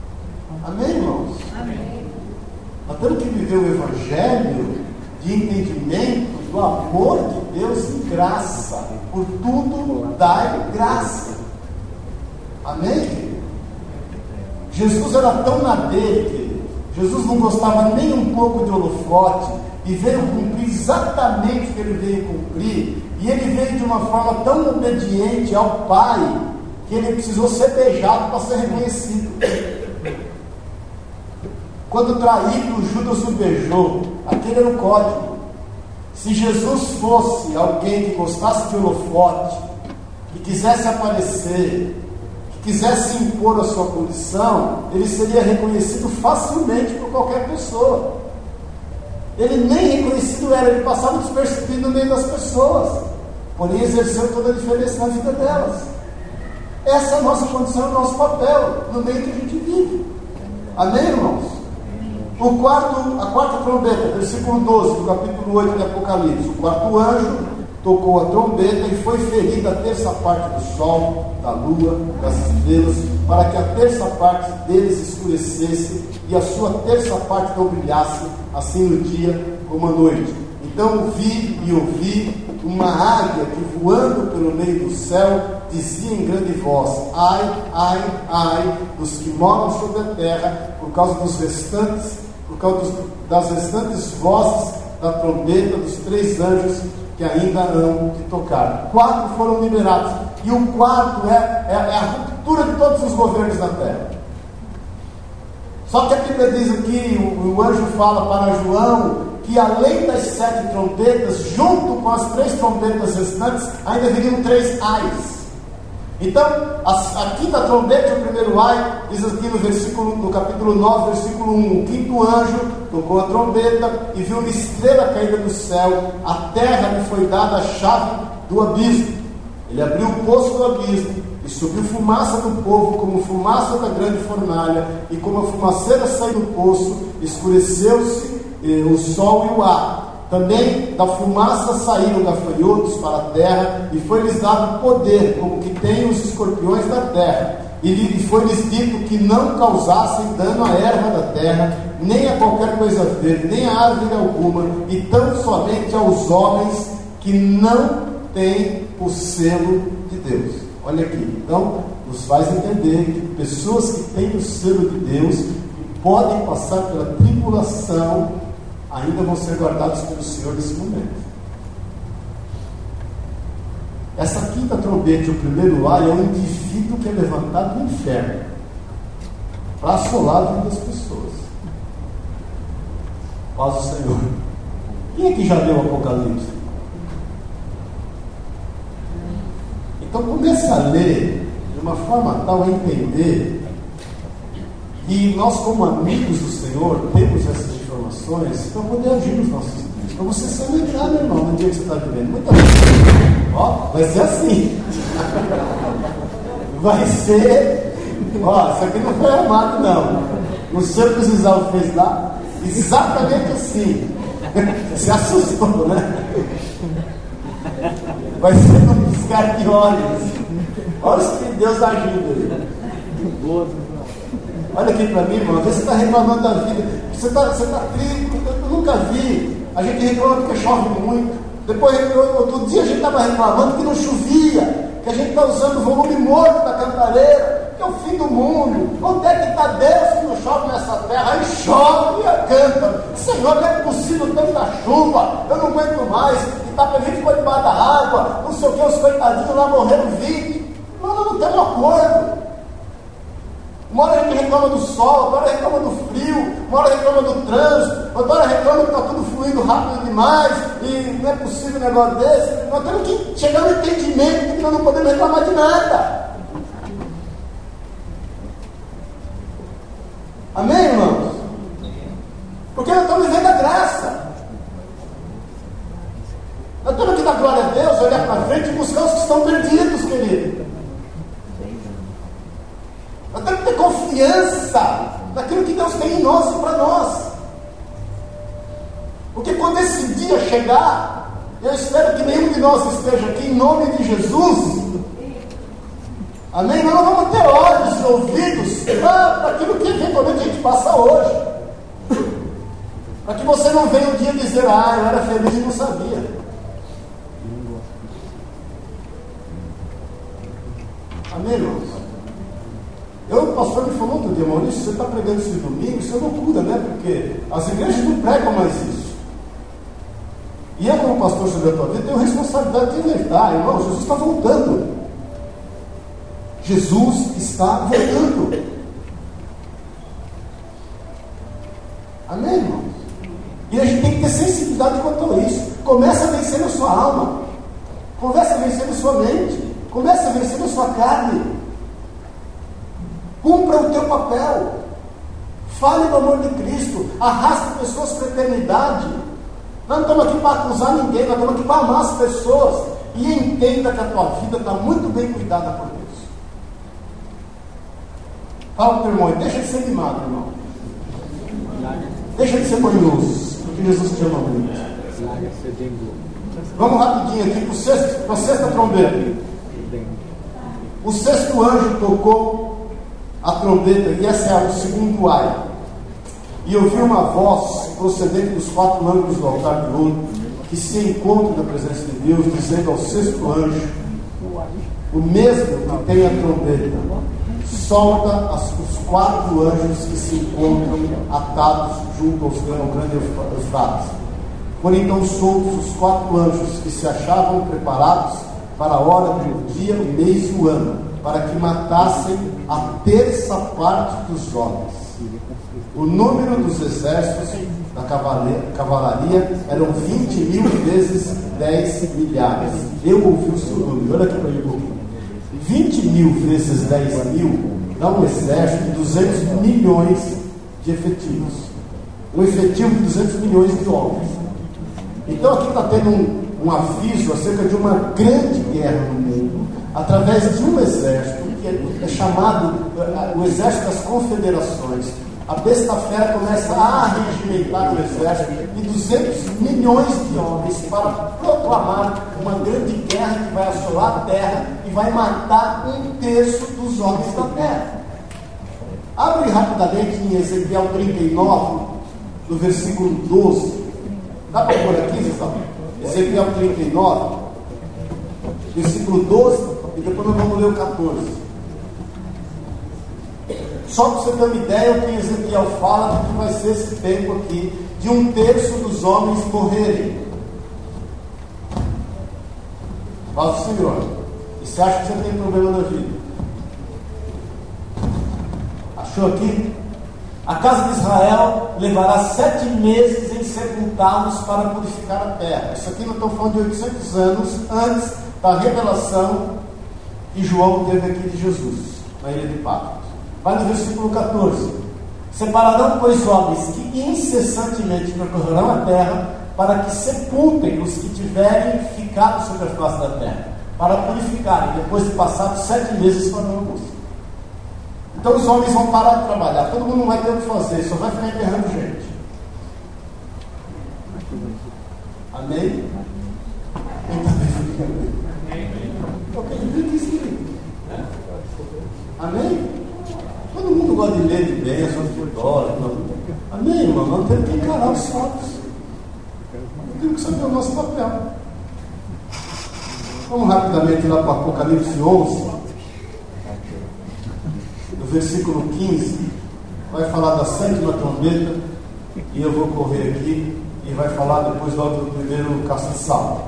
Amém, irmãos? Amém. Nós temos que viver o Evangelho de entendimento do amor de Deus em graça. Por tudo dai graça. Amém? Jesus era tão na dele, querido. Jesus não gostava nem um pouco de holofote e veio cumprir exatamente o que ele veio cumprir. E ele veio de uma forma tão obediente ao Pai que ele precisou ser beijado para ser reconhecido. Quando traído, Judas o beijou. Aquele era o código. Se Jesus fosse alguém que gostasse de holofote, que quisesse aparecer, que quisesse impor a sua condição, ele seria reconhecido facilmente por qualquer pessoa. Ele nem reconhecido era, ele passava despercebido no meio das pessoas, porém exerceu toda a diferença na vida delas. Essa é a nossa condição, o nosso papel, no meio que a gente vive. Amém, irmãos? O quarto, a quarta trombeta, versículo doze, do capítulo oito de Apocalipse. O quarto anjo tocou a trombeta e foi ferida a terça parte do sol, da lua, das estrelas, para que a terça parte deles escurecesse e a sua terça parte não brilhasse, assim no dia como à noite. Então vi e ouvi uma águia que, voando pelo meio do céu, dizia em grande voz: ai, ai, ai, dos que moram sobre a terra, por causa dos restantes, por causa dos, das restantes vozes da trombeta dos três anjos que ainda hão de tocar. Quatro foram liberados, e o quarto é, é, é a ruptura de todos os governos da terra. Só que a Bíblia diz aqui, o, o anjo fala para João, que além das sete trombetas, junto com as três trombetas restantes, ainda viriam três ais. Então, a, a quinta trombeta, o primeiro ai, diz aqui no, versículo, no capítulo nove, versículo um, o quinto anjo tocou a trombeta e viu uma estrela caída do céu, a terra lhe foi dada a chave do abismo. Ele abriu o poço do abismo e subiu fumaça do povo, como fumaça da grande fornalha, e como a fumaceira saiu do poço, escureceu-se eh, o sol e o ar. Também da fumaça saíram gafanhotos para a terra, e foi-lhes dado poder, como que tem os escorpiões da terra. E foi-lhes dito que não causassem dano à erva da terra, nem a qualquer coisa verde, nem a árvore alguma, e tão somente aos homens que não têm o selo de Deus. Olha aqui, então nos faz entender que pessoas que têm o selo de Deus, que podem passar pela tribulação, ainda vão ser guardados pelo Senhor nesse momento. Essa quinta trombeta, o primeiro ai, é um indivíduo que é levantado do inferno para assolar a vida das pessoas. Paz do Senhor. Quem aqui já leu o Apocalipse? Então comece a ler de uma forma tal a entender que nós, como amigos do Senhor, temos essas informações para poder agir nos nossos dias, para você se alegrar, meu irmão, no dia que você está vivendo. Muita gente, ó, vai ser assim. Vai ser, ó, isso aqui não foi armado, não. Não sei o que o Zizal fez lá, exatamente assim. Se assustou, né? Vai ser um piscar de olhos. Olha o que Deus ajuda aí. Olha aqui para mim, irmão. Às vezes você está reclamando da vida. Você está você tá triste. Eu nunca vi. A gente reclama porque chove muito. Depois, outro dia, a gente estava reclamando que não chovia. Que a gente está usando o volume morto da cantareira. Que é o fim do mundo. Onde é que está Deus que não chove nessa terra? Aí chove e canta. Senhor, não é possível tanta chuva. Eu não aguento mais. Itapemirim ficou debaixo da água. Não sei o que, os coitadinhos lá morreram vinte. Não, não, não tem um acordo. Uma hora a gente reclama do sol, outra hora reclama do frio, uma hora reclama do trânsito, outra hora reclama que está tudo fluindo rápido demais e não é possível um negócio desse. Nós temos que chegar no entendimento de que nós não podemos reclamar de nada. Amém, irmãos? Porque nós estamos vivendo a graça. Nós temos que dar glória a Deus, olhar para frente e buscar os que estão perdidos, querido. Nós temos que ter confiança naquilo que Deus tem em nós e para nós. Porque quando esse dia chegar, eu espero que nenhum de nós esteja aqui em nome de Jesus. Amém? Nós não vamos ter olhos e ouvidos para aquilo que vem eventualmente a gente passa hoje. Para que você não venha um dia dizer, ah, eu era feliz e não sabia. Amém, irmãos? Eu, o pastor me falou outro dia, Maurício, você está pregando esse domingo, isso é loucura, né? Porque as igrejas não pregam mais isso. E eu, como pastor sobre a tua vida, tenho responsabilidade de alertar, irmão, Jesus está voltando. Jesus está voltando. Amém, irmãos? E a gente tem que ter sensibilidade quanto a isso. Começa a vencer a sua alma. Começa a vencer a sua mente. Começa a vencer a sua carne. Cumpra o teu papel. Fale do amor de Cristo. Arraste pessoas para a eternidade. Nós não estamos aqui para acusar ninguém. Nós estamos aqui para amar as pessoas. E entenda que a tua vida está muito bem cuidada por Deus. Fala para o teu irmão, deixa de ser mimado, irmão. Deixa de ser manhoso, porque Jesus te ama muito. Vamos rapidinho aqui para a sexta trombeta. O sexto anjo tocou a trombeta, e esse é o segundo ai. E eu vi uma voz procedente dos quatro ângulos do altar de ouro, que se encontra na presença de Deus, dizendo ao sexto anjo, o mesmo que tem a trombeta, solta as, os quatro anjos que se encontram atados junto aos, ao grande Eufrates. Foram então soltos os quatro anjos que se achavam preparados para a hora do dia, o mês e o ano, para que matassem a terça parte dos homens. O número dos exércitos da cavalaria, cavalaria eram vinte mil vezes dez milhares. Eu ouvi o seu número, olha aqui para mim. vinte mil vezes dez mil dá um exército de duzentos milhões de efetivos. Um efetivo de duzentos milhões de homens. Então aqui está tendo um, um aviso acerca de uma grande guerra no mundo, através de um exército, que é, é chamado o exército das confederações. A besta fera começa a regimentar o exército de duzentos milhões de homens para proclamar uma grande guerra que vai assolar a terra e vai matar um terço dos homens da terra. Abre rapidamente em Ezequiel trinta e nove, no versículo doze. Dá para pôr aqui, Zezão? Ezequiel trinta e nove, versículo doze, e depois nós vamos ler o catorze. Só para você ter uma ideia, o que Ezequiel fala que vai ser esse tempo aqui, de um terço dos homens morrerem. Fala o Senhor, e você acha que você tem problema na vida? Achou aqui? A casa de Israel levará sete meses em sepultá-los para purificar a terra. Isso aqui nós estamos falando de oitocentos anos antes da revelação que João teve aqui de Jesus, na ilha de Patmos. Vai no versículo catorze. Separarão, pois, homens que incessantemente percorrerão a terra, para que sepultem os que tiverem ficado sobre a face da terra, para purificarem, depois de passados sete meses para o almoço. Então os homens vão parar de trabalhar, todo mundo não vai ter o que fazer, só vai ficar enterrando gente. Amém? Quem está bem? Eu quero ver isso. Amém? Todo mundo gosta de ler de bênção, de vitória. Amém, irmão? Nós temos que encarar os fatos. Nós temos que saber o nosso papel. Vamos rapidamente lá para o Apocalipse onze, no versículo quinze. Vai falar da sétima trombeta. E eu vou correr aqui e vai falar depois logo do primeiro castiçal.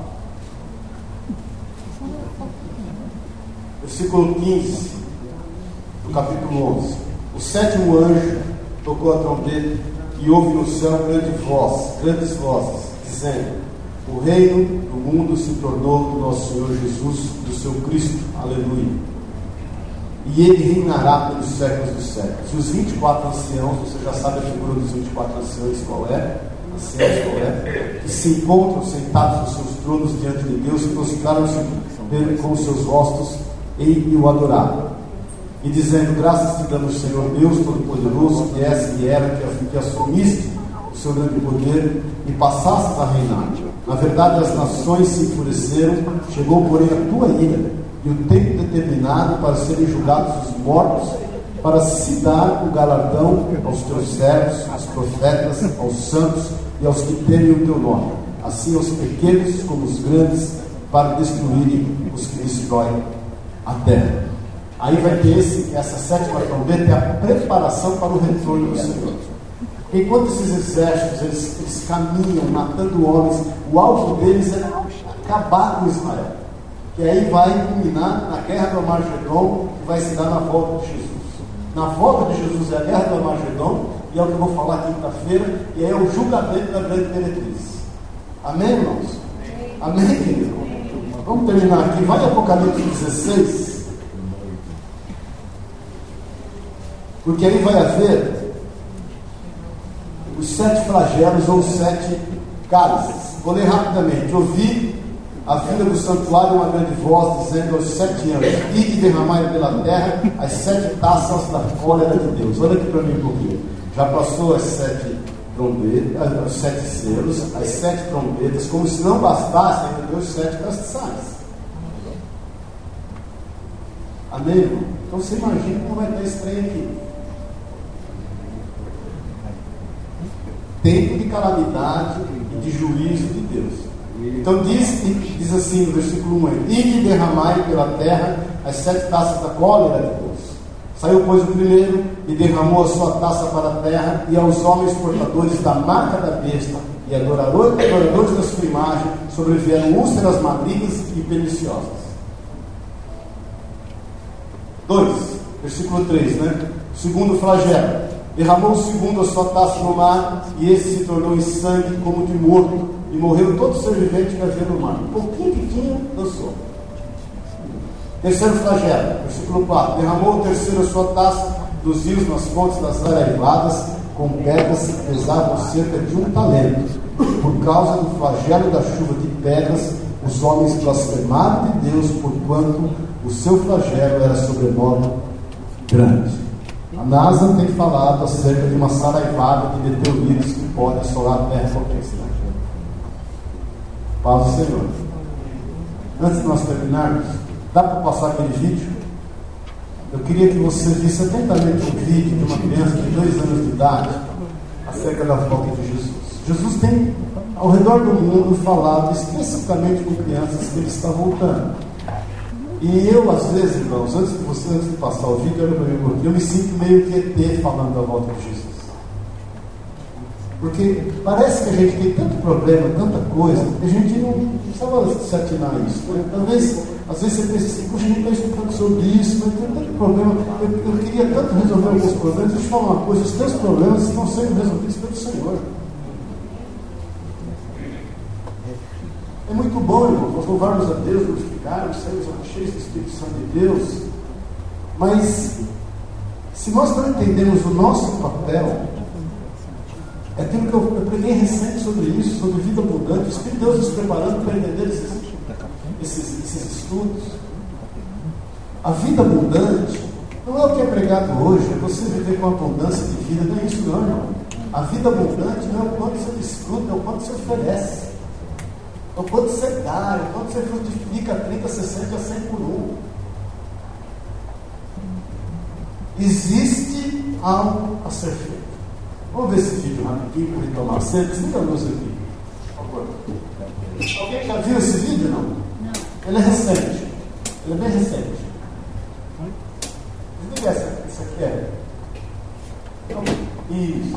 Versículo quinze do capítulo onze. O sétimo anjo tocou a trombeta e houve no céu grande voz, grandes vozes, dizendo: o reino do mundo se tornou do nosso Senhor Jesus, do seu Cristo. Aleluia. E ele reinará pelos séculos dos séculos. E os vinte e quatro anciãos, você já sabe a figura dos vinte e quatro anciãos qual é? Anciãos qual é? Que se encontram sentados nos seus tronos diante de Deus e prostraram-se com os seus rostos e o adoraram. E dizendo: graças te damos, Senhor Deus Todo-Poderoso, que és e era, que, que assumiste o seu grande poder e passastes a reinar. Na verdade, as nações se enfureceram, chegou, porém, a tua ira, e o tempo determinado para serem julgados os mortos para se dar o galardão aos teus servos, aos profetas, aos santos e aos que temem o teu nome, assim aos pequenos como os grandes, para destruírem os que destroem a terra. Aí vai ter esse, essa sétima trombeta, é a preparação para o retorno do Senhor. Enquanto esses exércitos eles, eles caminham matando homens, o alvo deles é acabar com Israel, que aí vai culminar na guerra do Armagedon, que vai se dar na volta de Jesus. Na volta de Jesus é a guerra do Armagedon, e é o que eu vou falar quinta-feira, e aí é o julgamento da grande meretriz. Amém, irmãos? Amém, querido? Vamos terminar aqui. Vai em Apocalipse dezesseis, porque aí vai haver os sete flagelos ou os sete cálices. Vou ler rapidamente. Ouvi a vinda do santuário uma grande voz dizendo aos sete anos: ide derramai pela terra as sete taças da cólera de Deus. Olha aqui para mim um pouquinho. Já passou as sete trombetas, os sete selos, as sete trombetas, como se não bastasse ainda deu os sete castiçais. Amém, irmão? Então você imagina como vai estar esse trem aqui. Tempo de calamidade e de juízo de Deus. Então diz, diz assim no versículo um: ide derramai pela terra as sete taças da cólera de Deus. Saiu, pois, o primeiro e derramou a sua taça para a terra, e aos homens portadores da marca da besta e adoradores, adoradores da sua imagem sobrevieram úlceras malignas e perniciosas. dois, versículo três, né? Segundo flagelo: derramou o segundo a sua taça no mar, e esse se tornou em sangue como de morto, e morreu todo ser vivente que havia no mar. Um pouquinho que tinha, dançou. Terceiro flagelo, versículo quatro: derramou o terceiro a sua taça dos rios nas fontes das araivadas, com pedras que pesavam cerca de um talento. Por causa do flagelo da chuva de pedras, os homens blasfemaram de Deus, porquanto o seu flagelo era sobremodo grande. A NASA tem falado acerca de uma saraivada de meteoritos que pode assolar a Terra a qualquer instante. Paz do Senhor. Antes de nós terminarmos, dá para passar aquele vídeo? Eu queria que você visse atentamente um vídeo de uma criança de dois anos de idade acerca da volta de Jesus. Jesus tem ao redor do mundo falado especificamente com crianças que ele está voltando. E eu, às vezes, irmãos, antes de você, antes de passar o vídeo, olha para mim, eu me sinto meio que E T falando da volta de Jesus. Porque parece que a gente tem tanto problema, tanta coisa, que a gente não precisava se atinar a isso. Talvez, às vezes você pensa assim: puxa, a gente está estudando sobre isso, mas tem tanto problema, eu, eu queria tanto resolver alguns problemas. Deixa eu te falar uma coisa: os teus problemas estão sendo resolvidos pelo Senhor. É muito bom, irmão, nós louvarmos a Deus, glorificarmos, sermos cheios do Espírito Santo de Deus, mas se nós não entendemos o nosso papel, é aquilo que eu, eu preguei recente sobre isso, sobre vida abundante, o Espírito de Deus nos preparando para entender esses, esses, esses estudos. A vida abundante não é o que é pregado hoje, é você viver com abundância de vida, não é isso não, irmão. A vida abundante não é o quanto você desfruta, é o quanto você oferece. É o quanto você dá, é o quanto você frutifica trinta, sessenta, cem por um. Existe algo a ser feito. Vamos ver esse vídeo rapidinho para ele tomar cedo. Desliga a luz aqui, por favor. Alguém já viu esse vídeo? Não? Não. Ele é recente. Ele é bem recente. Desliga essa, essa aqui é. Isso.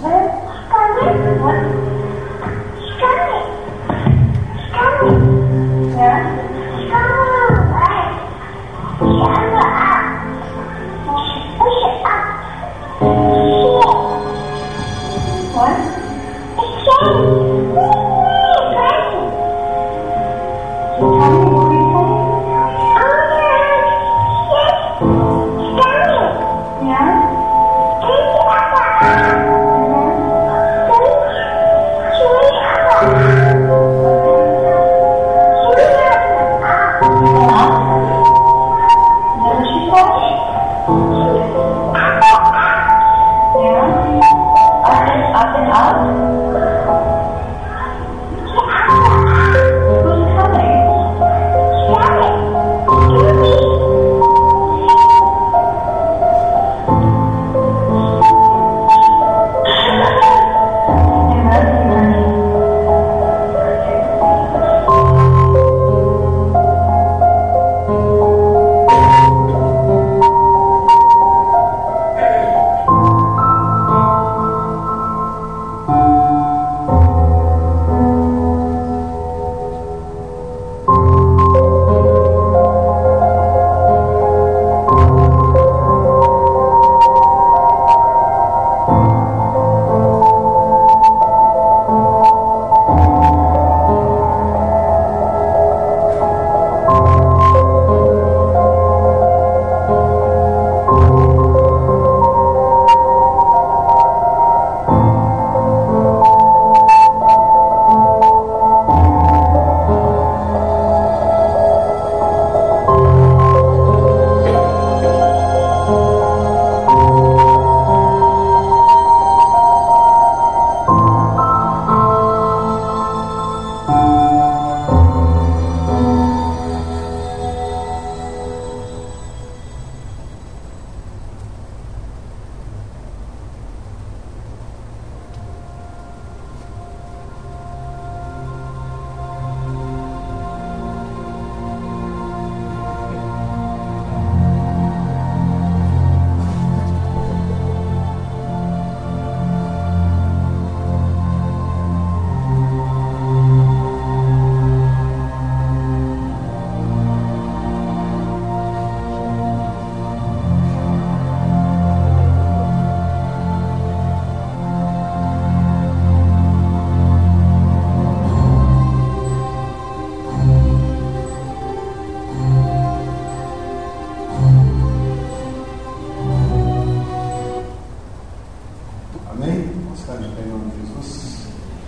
Amém? Vamos ficar de pé em nome de Jesus.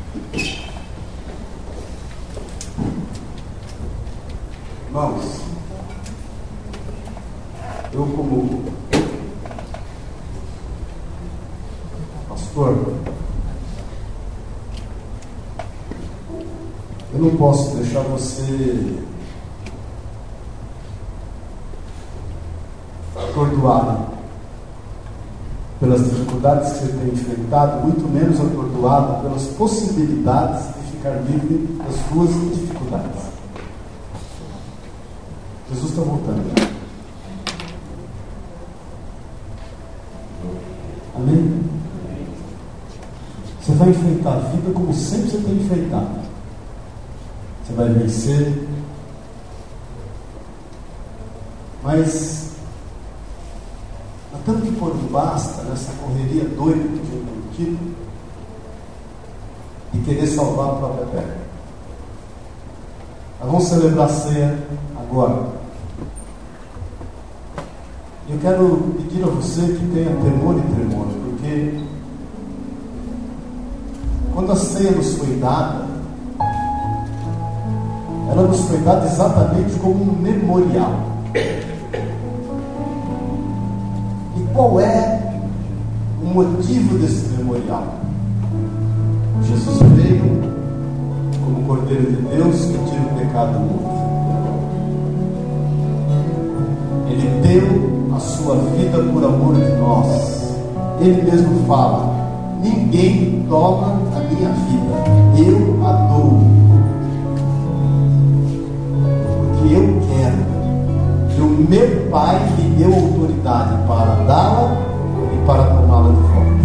Irmãos, eu como pastor, eu não posso deixar você atordoado pelas dificuldades que você tem enfrentado, muito menos atordoado pelas possibilidades de ficar livre das suas dificuldades. Jesus está voltando. Amém? Você vai enfrentar a vida como sempre você tem enfrentado. Você vai vencer. Mas há tanto que quando basta nessa correria doida que eu tenho tido de querer salvar a própria terra. Nós vamos celebrar a ceia agora. Eu quero pedir a você que tenha temor e tremor, porque quando a ceia nos foi dada, ela nos foi dada exatamente como um memorial. E qual é o motivo desse memorial? Jesus veio como Cordeiro de Deus que tira o pecado do mundo. Ele deu a sua vida por amor de nós. Ele mesmo fala: ninguém toma a minha vida, eu a dou, porque eu quero. E o meu Pai me deu autoridade para dá-la e para tomá-la de volta.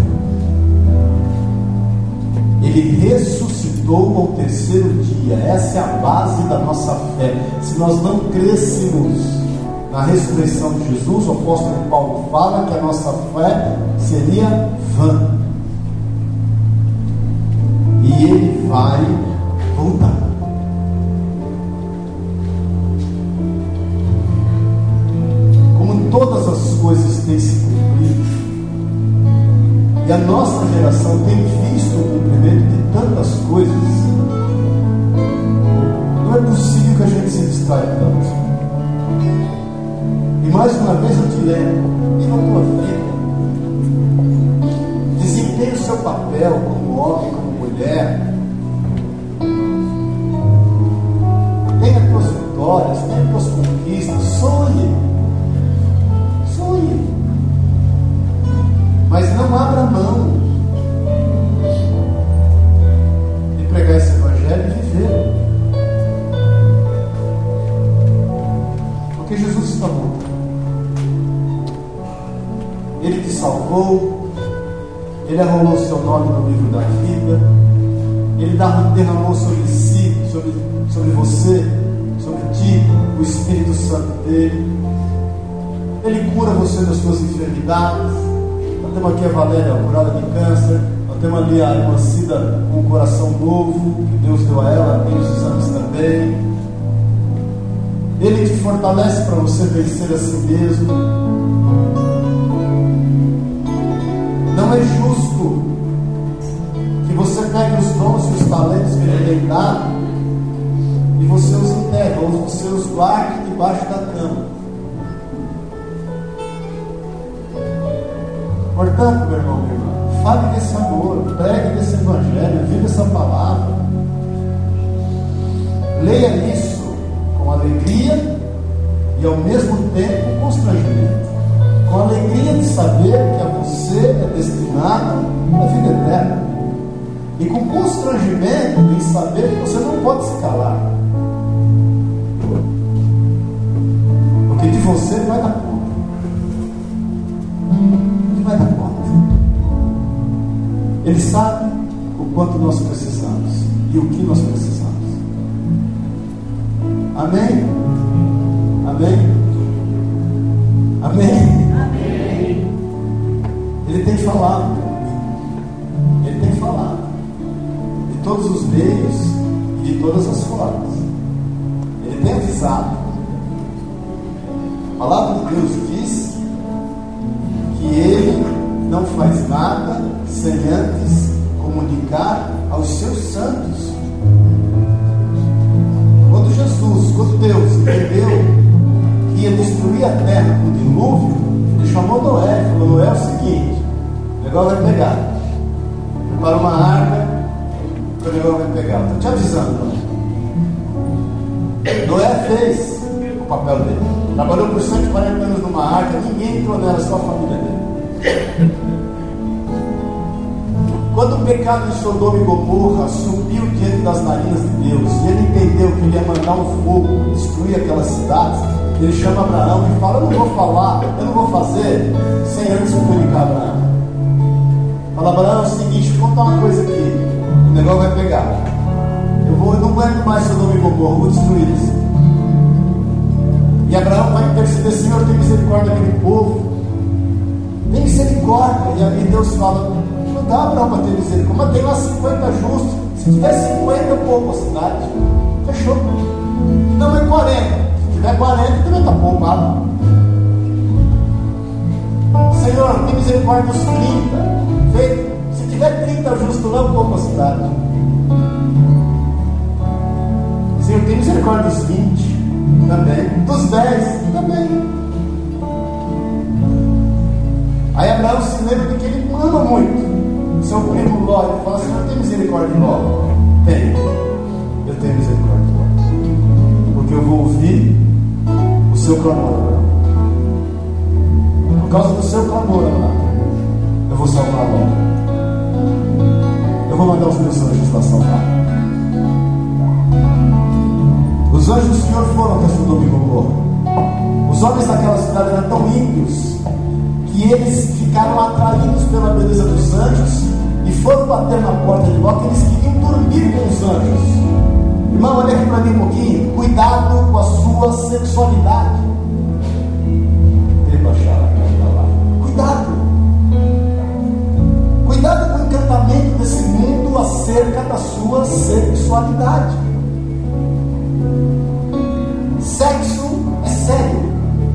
Ele ressuscitou ao terceiro dia. Essa é a base da nossa fé. Se nós não crêssemos na ressurreição de Jesus, o apóstolo Paulo fala que a nossa fé seria vã. E ele vai voltar. Como todas as coisas têm se cumprido, e a nossa geração tem visto o cumprimento de tantas coisas, não é possível que a gente se distraia tanto. E mais uma vez eu te lembro, e na tua vida, desempenhe o seu papel como homem, como mulher. Tenha tuas vitórias, tenha tuas conquistas, sonhe. Sonhe. Mas não abra mão de pregar esse evangelho e viver. Porque Jesus está morto. Ele te salvou, Ele arrolou o seu nome no livro da vida, Ele derramou sobre si, sobre, sobre você, sobre ti, o Espírito Santo dele. Ele cura você das suas enfermidades. Nós temos aqui a Valéria curada de câncer, nós temos ali a irmã Cida com um coração novo, que Deus deu a ela, tem os exames também. Ele te fortalece para você vencer a si mesmo. Não é justo que você pegue os dons e os talentos que Ele tem dado e você os enterre, ou você os guarde debaixo da cama. Portanto, meu irmão, minha irmã, fale desse amor, pregue desse evangelho, viva essa palavra. Leia isso com alegria e ao mesmo tempo constrangimento. Com a alegria de saber que a você é destinado à vida eterna. E com constrangimento em saber que você não pode se calar. Porque de você ele vai dar conta. Ele vai dar conta. Ele sabe o quanto nós precisamos e o que nós precisamos. Amém? Amém? Amém? Ele tem falado, Ele tem falado, de todos os meios e de todas as formas. Ele tem avisado. A palavra de Deus diz que Ele não faz nada sem antes comunicar aos seus santos. Quando Jesus, quando Deus entendeu que ia destruir a terra com o dilúvio, ele chamou Noé e falou: Noé, é o seguinte, o negócio vai pegar. Prepara uma arca, que o negócio vai pegar. Estou te avisando, Noé. Noé fez o papel dele. Trabalhou por cento e quarenta anos numa arca, ninguém entrou nela, só a família dele. Quando o pecado de Sodoma e Gomorra subiu diante das narinas de Deus, e ele entendeu que ele ia mandar um fogo destruir aquelas cidades, ele chama Abraão e fala: eu não vou falar, eu não vou fazer sem antes comunicar a Abraão. Fala: Abraão, é o seguinte, deixa eu contar uma coisa aqui, o negócio vai pegar. Eu, vou, eu não aguento mais Sodoma e Gomorra, eu vou destruir isso. E Abraão vai interceder: Senhor, tem misericórdia daquele povo, tem misericórdia. E aí Deus fala: não dá Abraão para ter misericórdia, mas tem lá cinquenta justos. Se tiver cinquenta, eu pouco a cidade. Fechou. Não, mas quarenta. Se tiver quarenta, também está poupado. Senhor, tem misericórdia dos trinta. Feito. Se tiver trinta justos lá, eu pouco a cidade. Senhor, tem misericórdia dos vinte. Também. Dos dez. Também. Aí Abraão se lembra de que ele ama muito seu primo Ló. Ele fala: Senhor, tem misericórdia de Ló? Tenho. Eu tenho misericórdia de Ló, porque eu vou ouvir o seu clamor. Por causa do seu clamor, eu vou salvar Ló. Eu vou mandar os meus anjos para salvar. Os anjos do Senhor foram até Sodoma e Gomorra. Os homens daquela cidade eram tão ímpios que eles ficaram atraídos pela beleza dos anjos e foram bater na porta de Ló, que eles queriam dormir com os anjos. Irmão, olha aqui para mim um pouquinho. Cuidado com a sua sexualidade. Cuidado. Cuidado com o encantamento desse mundo acerca da sua sexualidade. Sexo é sério.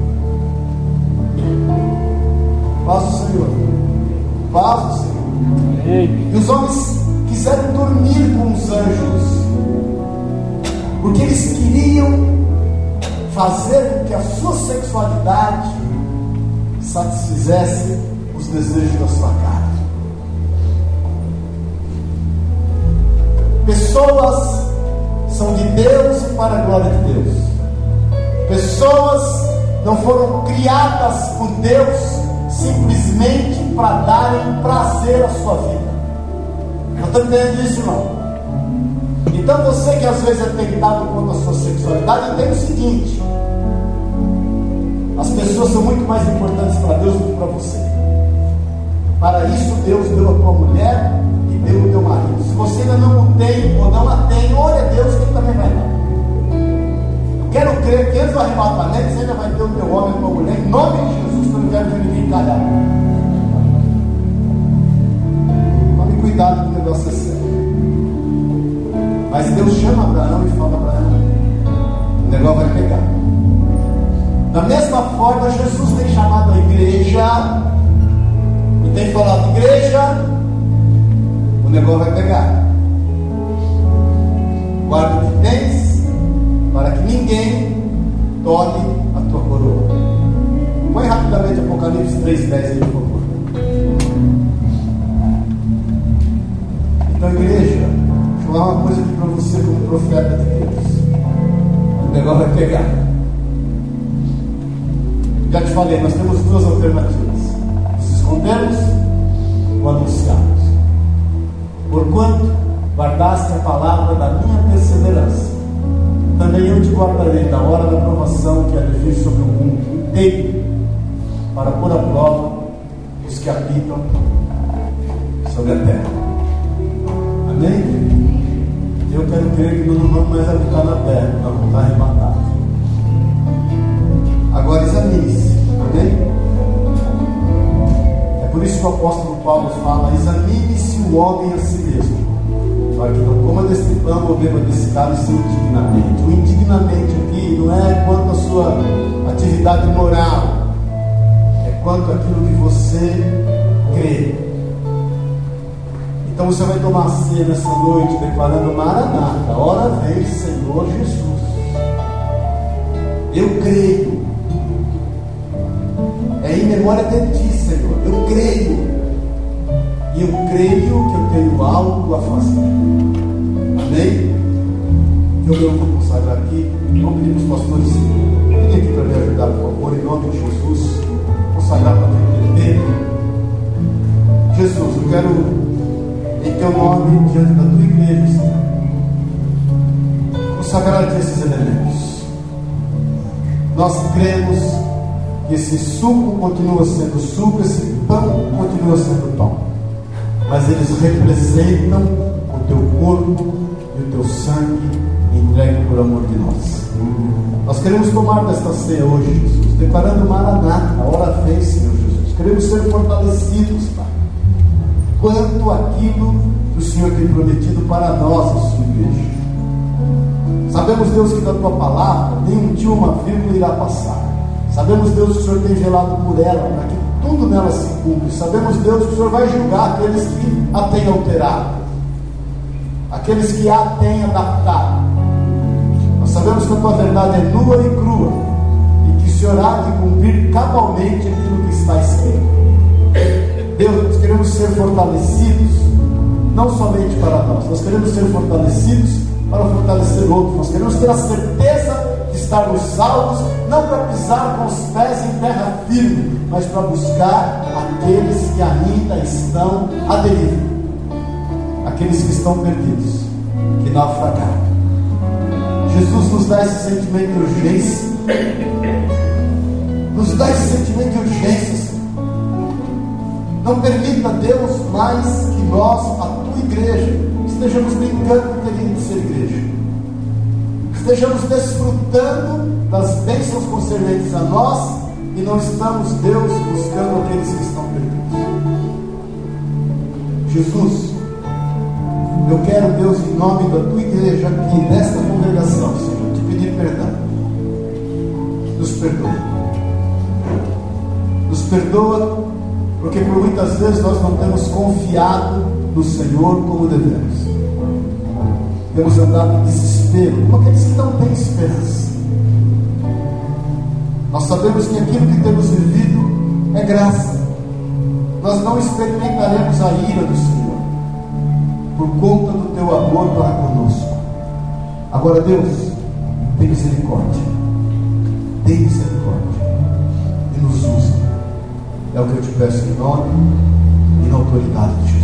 Paz do Senhor. Paz do Senhor. E os homens quiseram dormir com os anjos, porque eles queriam fazer com que a sua sexualidade satisfizesse os desejos da sua carne. Pessoas são de Deus e para a glória de Deus. Pessoas não foram criadas por Deus simplesmente para darem prazer à sua vida. Não estou entendendo isso, não. Então você que às vezes é tentado contra a sua sexualidade, entenda o seguinte: as pessoas são muito mais importantes para Deus do que para você. Para isso Deus deu a tua mulher e deu o teu marido. Se você ainda não o tem ou não a tem, olha a Deus que Ele também vai dar. Eu quero crer que antes do arrebatamento você ainda vai ter o teu homem e a tua mulher, em nome de Jesus, que eu não quero ver ninguém calhar. Tome cuidado que o negócio é sério. Mas Deus chama Abraão e fala: Abraão, o negócio vai pegar. Da mesma forma, Jesus tem chamado a igreja e tem falado: igreja, o negócio vai pegar. Guarda o que tens, para que ninguém tome a tua coroa. Põe rapidamente Apocalipse três, dez aí, por favor. Então, igreja, deixa eu falar uma coisa aqui para você como profeta de Deus. O negócio vai pegar. Já te falei, nós temos duas alternativas: nos escondemos ou anunciarmos. Porquanto guardaste a palavra da minha perseverança, também eu te guardarei da hora da provação que há de vir sobre o mundo inteiro, para pôr à prova os que habitam sobre a terra. Amém? Eu quero crer que nós não vamos mais habitar na terra, nós vamos estar arrebatados. Agora examine-se, amém? É por isso que o apóstolo Paulo fala: examine-se o homem a si mesmo, para que não coma deste pão ou beba desse cálice indignamente. O indignamente aqui não é quanto à sua atividade moral, é quanto àquilo que você crê. Então você vai tomar a ceia nessa noite declarando: Maranata, hora vem, Senhor Jesus. Eu creio. É em memória de Ti, Senhor. Eu creio. E eu creio que eu tenho algo a fazer. Amém? Eu não vou consagrar aqui. Vou pedir para os pastores virem aqui para me ajudar, por favor, em nome de Jesus. Consagrar para a vida. Jesus, eu quero, em Teu nome, diante da Tua igreja, Senhor, consagrar a Ti esses elementos. Nós cremos que esse suco continua sendo suco, esse pão continua sendo pão, mas eles representam o Teu corpo e o Teu sangue entregue por amor de nós. Nós queremos tomar desta ceia hoje, Jesus, declarando: Maranata, a hora vem, Senhor Jesus. Queremos ser fortalecidos, Pai, quanto aquilo que o Senhor tem prometido para nós, a sua igreja. Sabemos, Deus, que da Tua palavra nenhum dia uma vírgula irá passar. Sabemos, Deus, que o Senhor tem velado por ela, para que tudo nela se cumpra. Sabemos, Deus, que o Senhor vai julgar aqueles que a têm alterado, aqueles que a têm adaptado. Nós sabemos que a Tua verdade é nua e crua, e que o Senhor há de cumprir cabalmente aquilo que está escrito. Deus, nós queremos ser fortalecidos, não somente para nós, nós queremos ser fortalecidos para fortalecer outros. Nós queremos ter a certeza de estarmos salvos, não para pisar com os pés em terra firme, mas para buscar aqueles que ainda estão à deriva, aqueles que estão perdidos, que naufragaram. Jesus, nos dá esse sentimento de urgência, nos dá esse sentimento de urgência, Senhor. Não permita, Deus, mais que nós, a Tua igreja, estejamos brincando com o que de ser igreja, estejamos desfrutando das bênçãos concernentes a nós e não estamos, Deus, buscando aqueles que estão perdidos. Jesus, eu quero, Deus, em nome da Tua igreja aqui, nesta congregação, Senhor, te pedir perdão. Nos perdoa. Nos perdoa, porque por muitas vezes nós não temos confiado no Senhor como devemos. Temos andado em desespero, como aqueles que não têm esperança. Nós sabemos que aquilo que temos vivido é graça. Nós não experimentaremos a ira do Senhor por conta do Teu amor para conosco. Agora, Deus, tem misericórdia, tem misericórdia e nos usa. É o que eu te peço em nome e na autoridade de Jesus.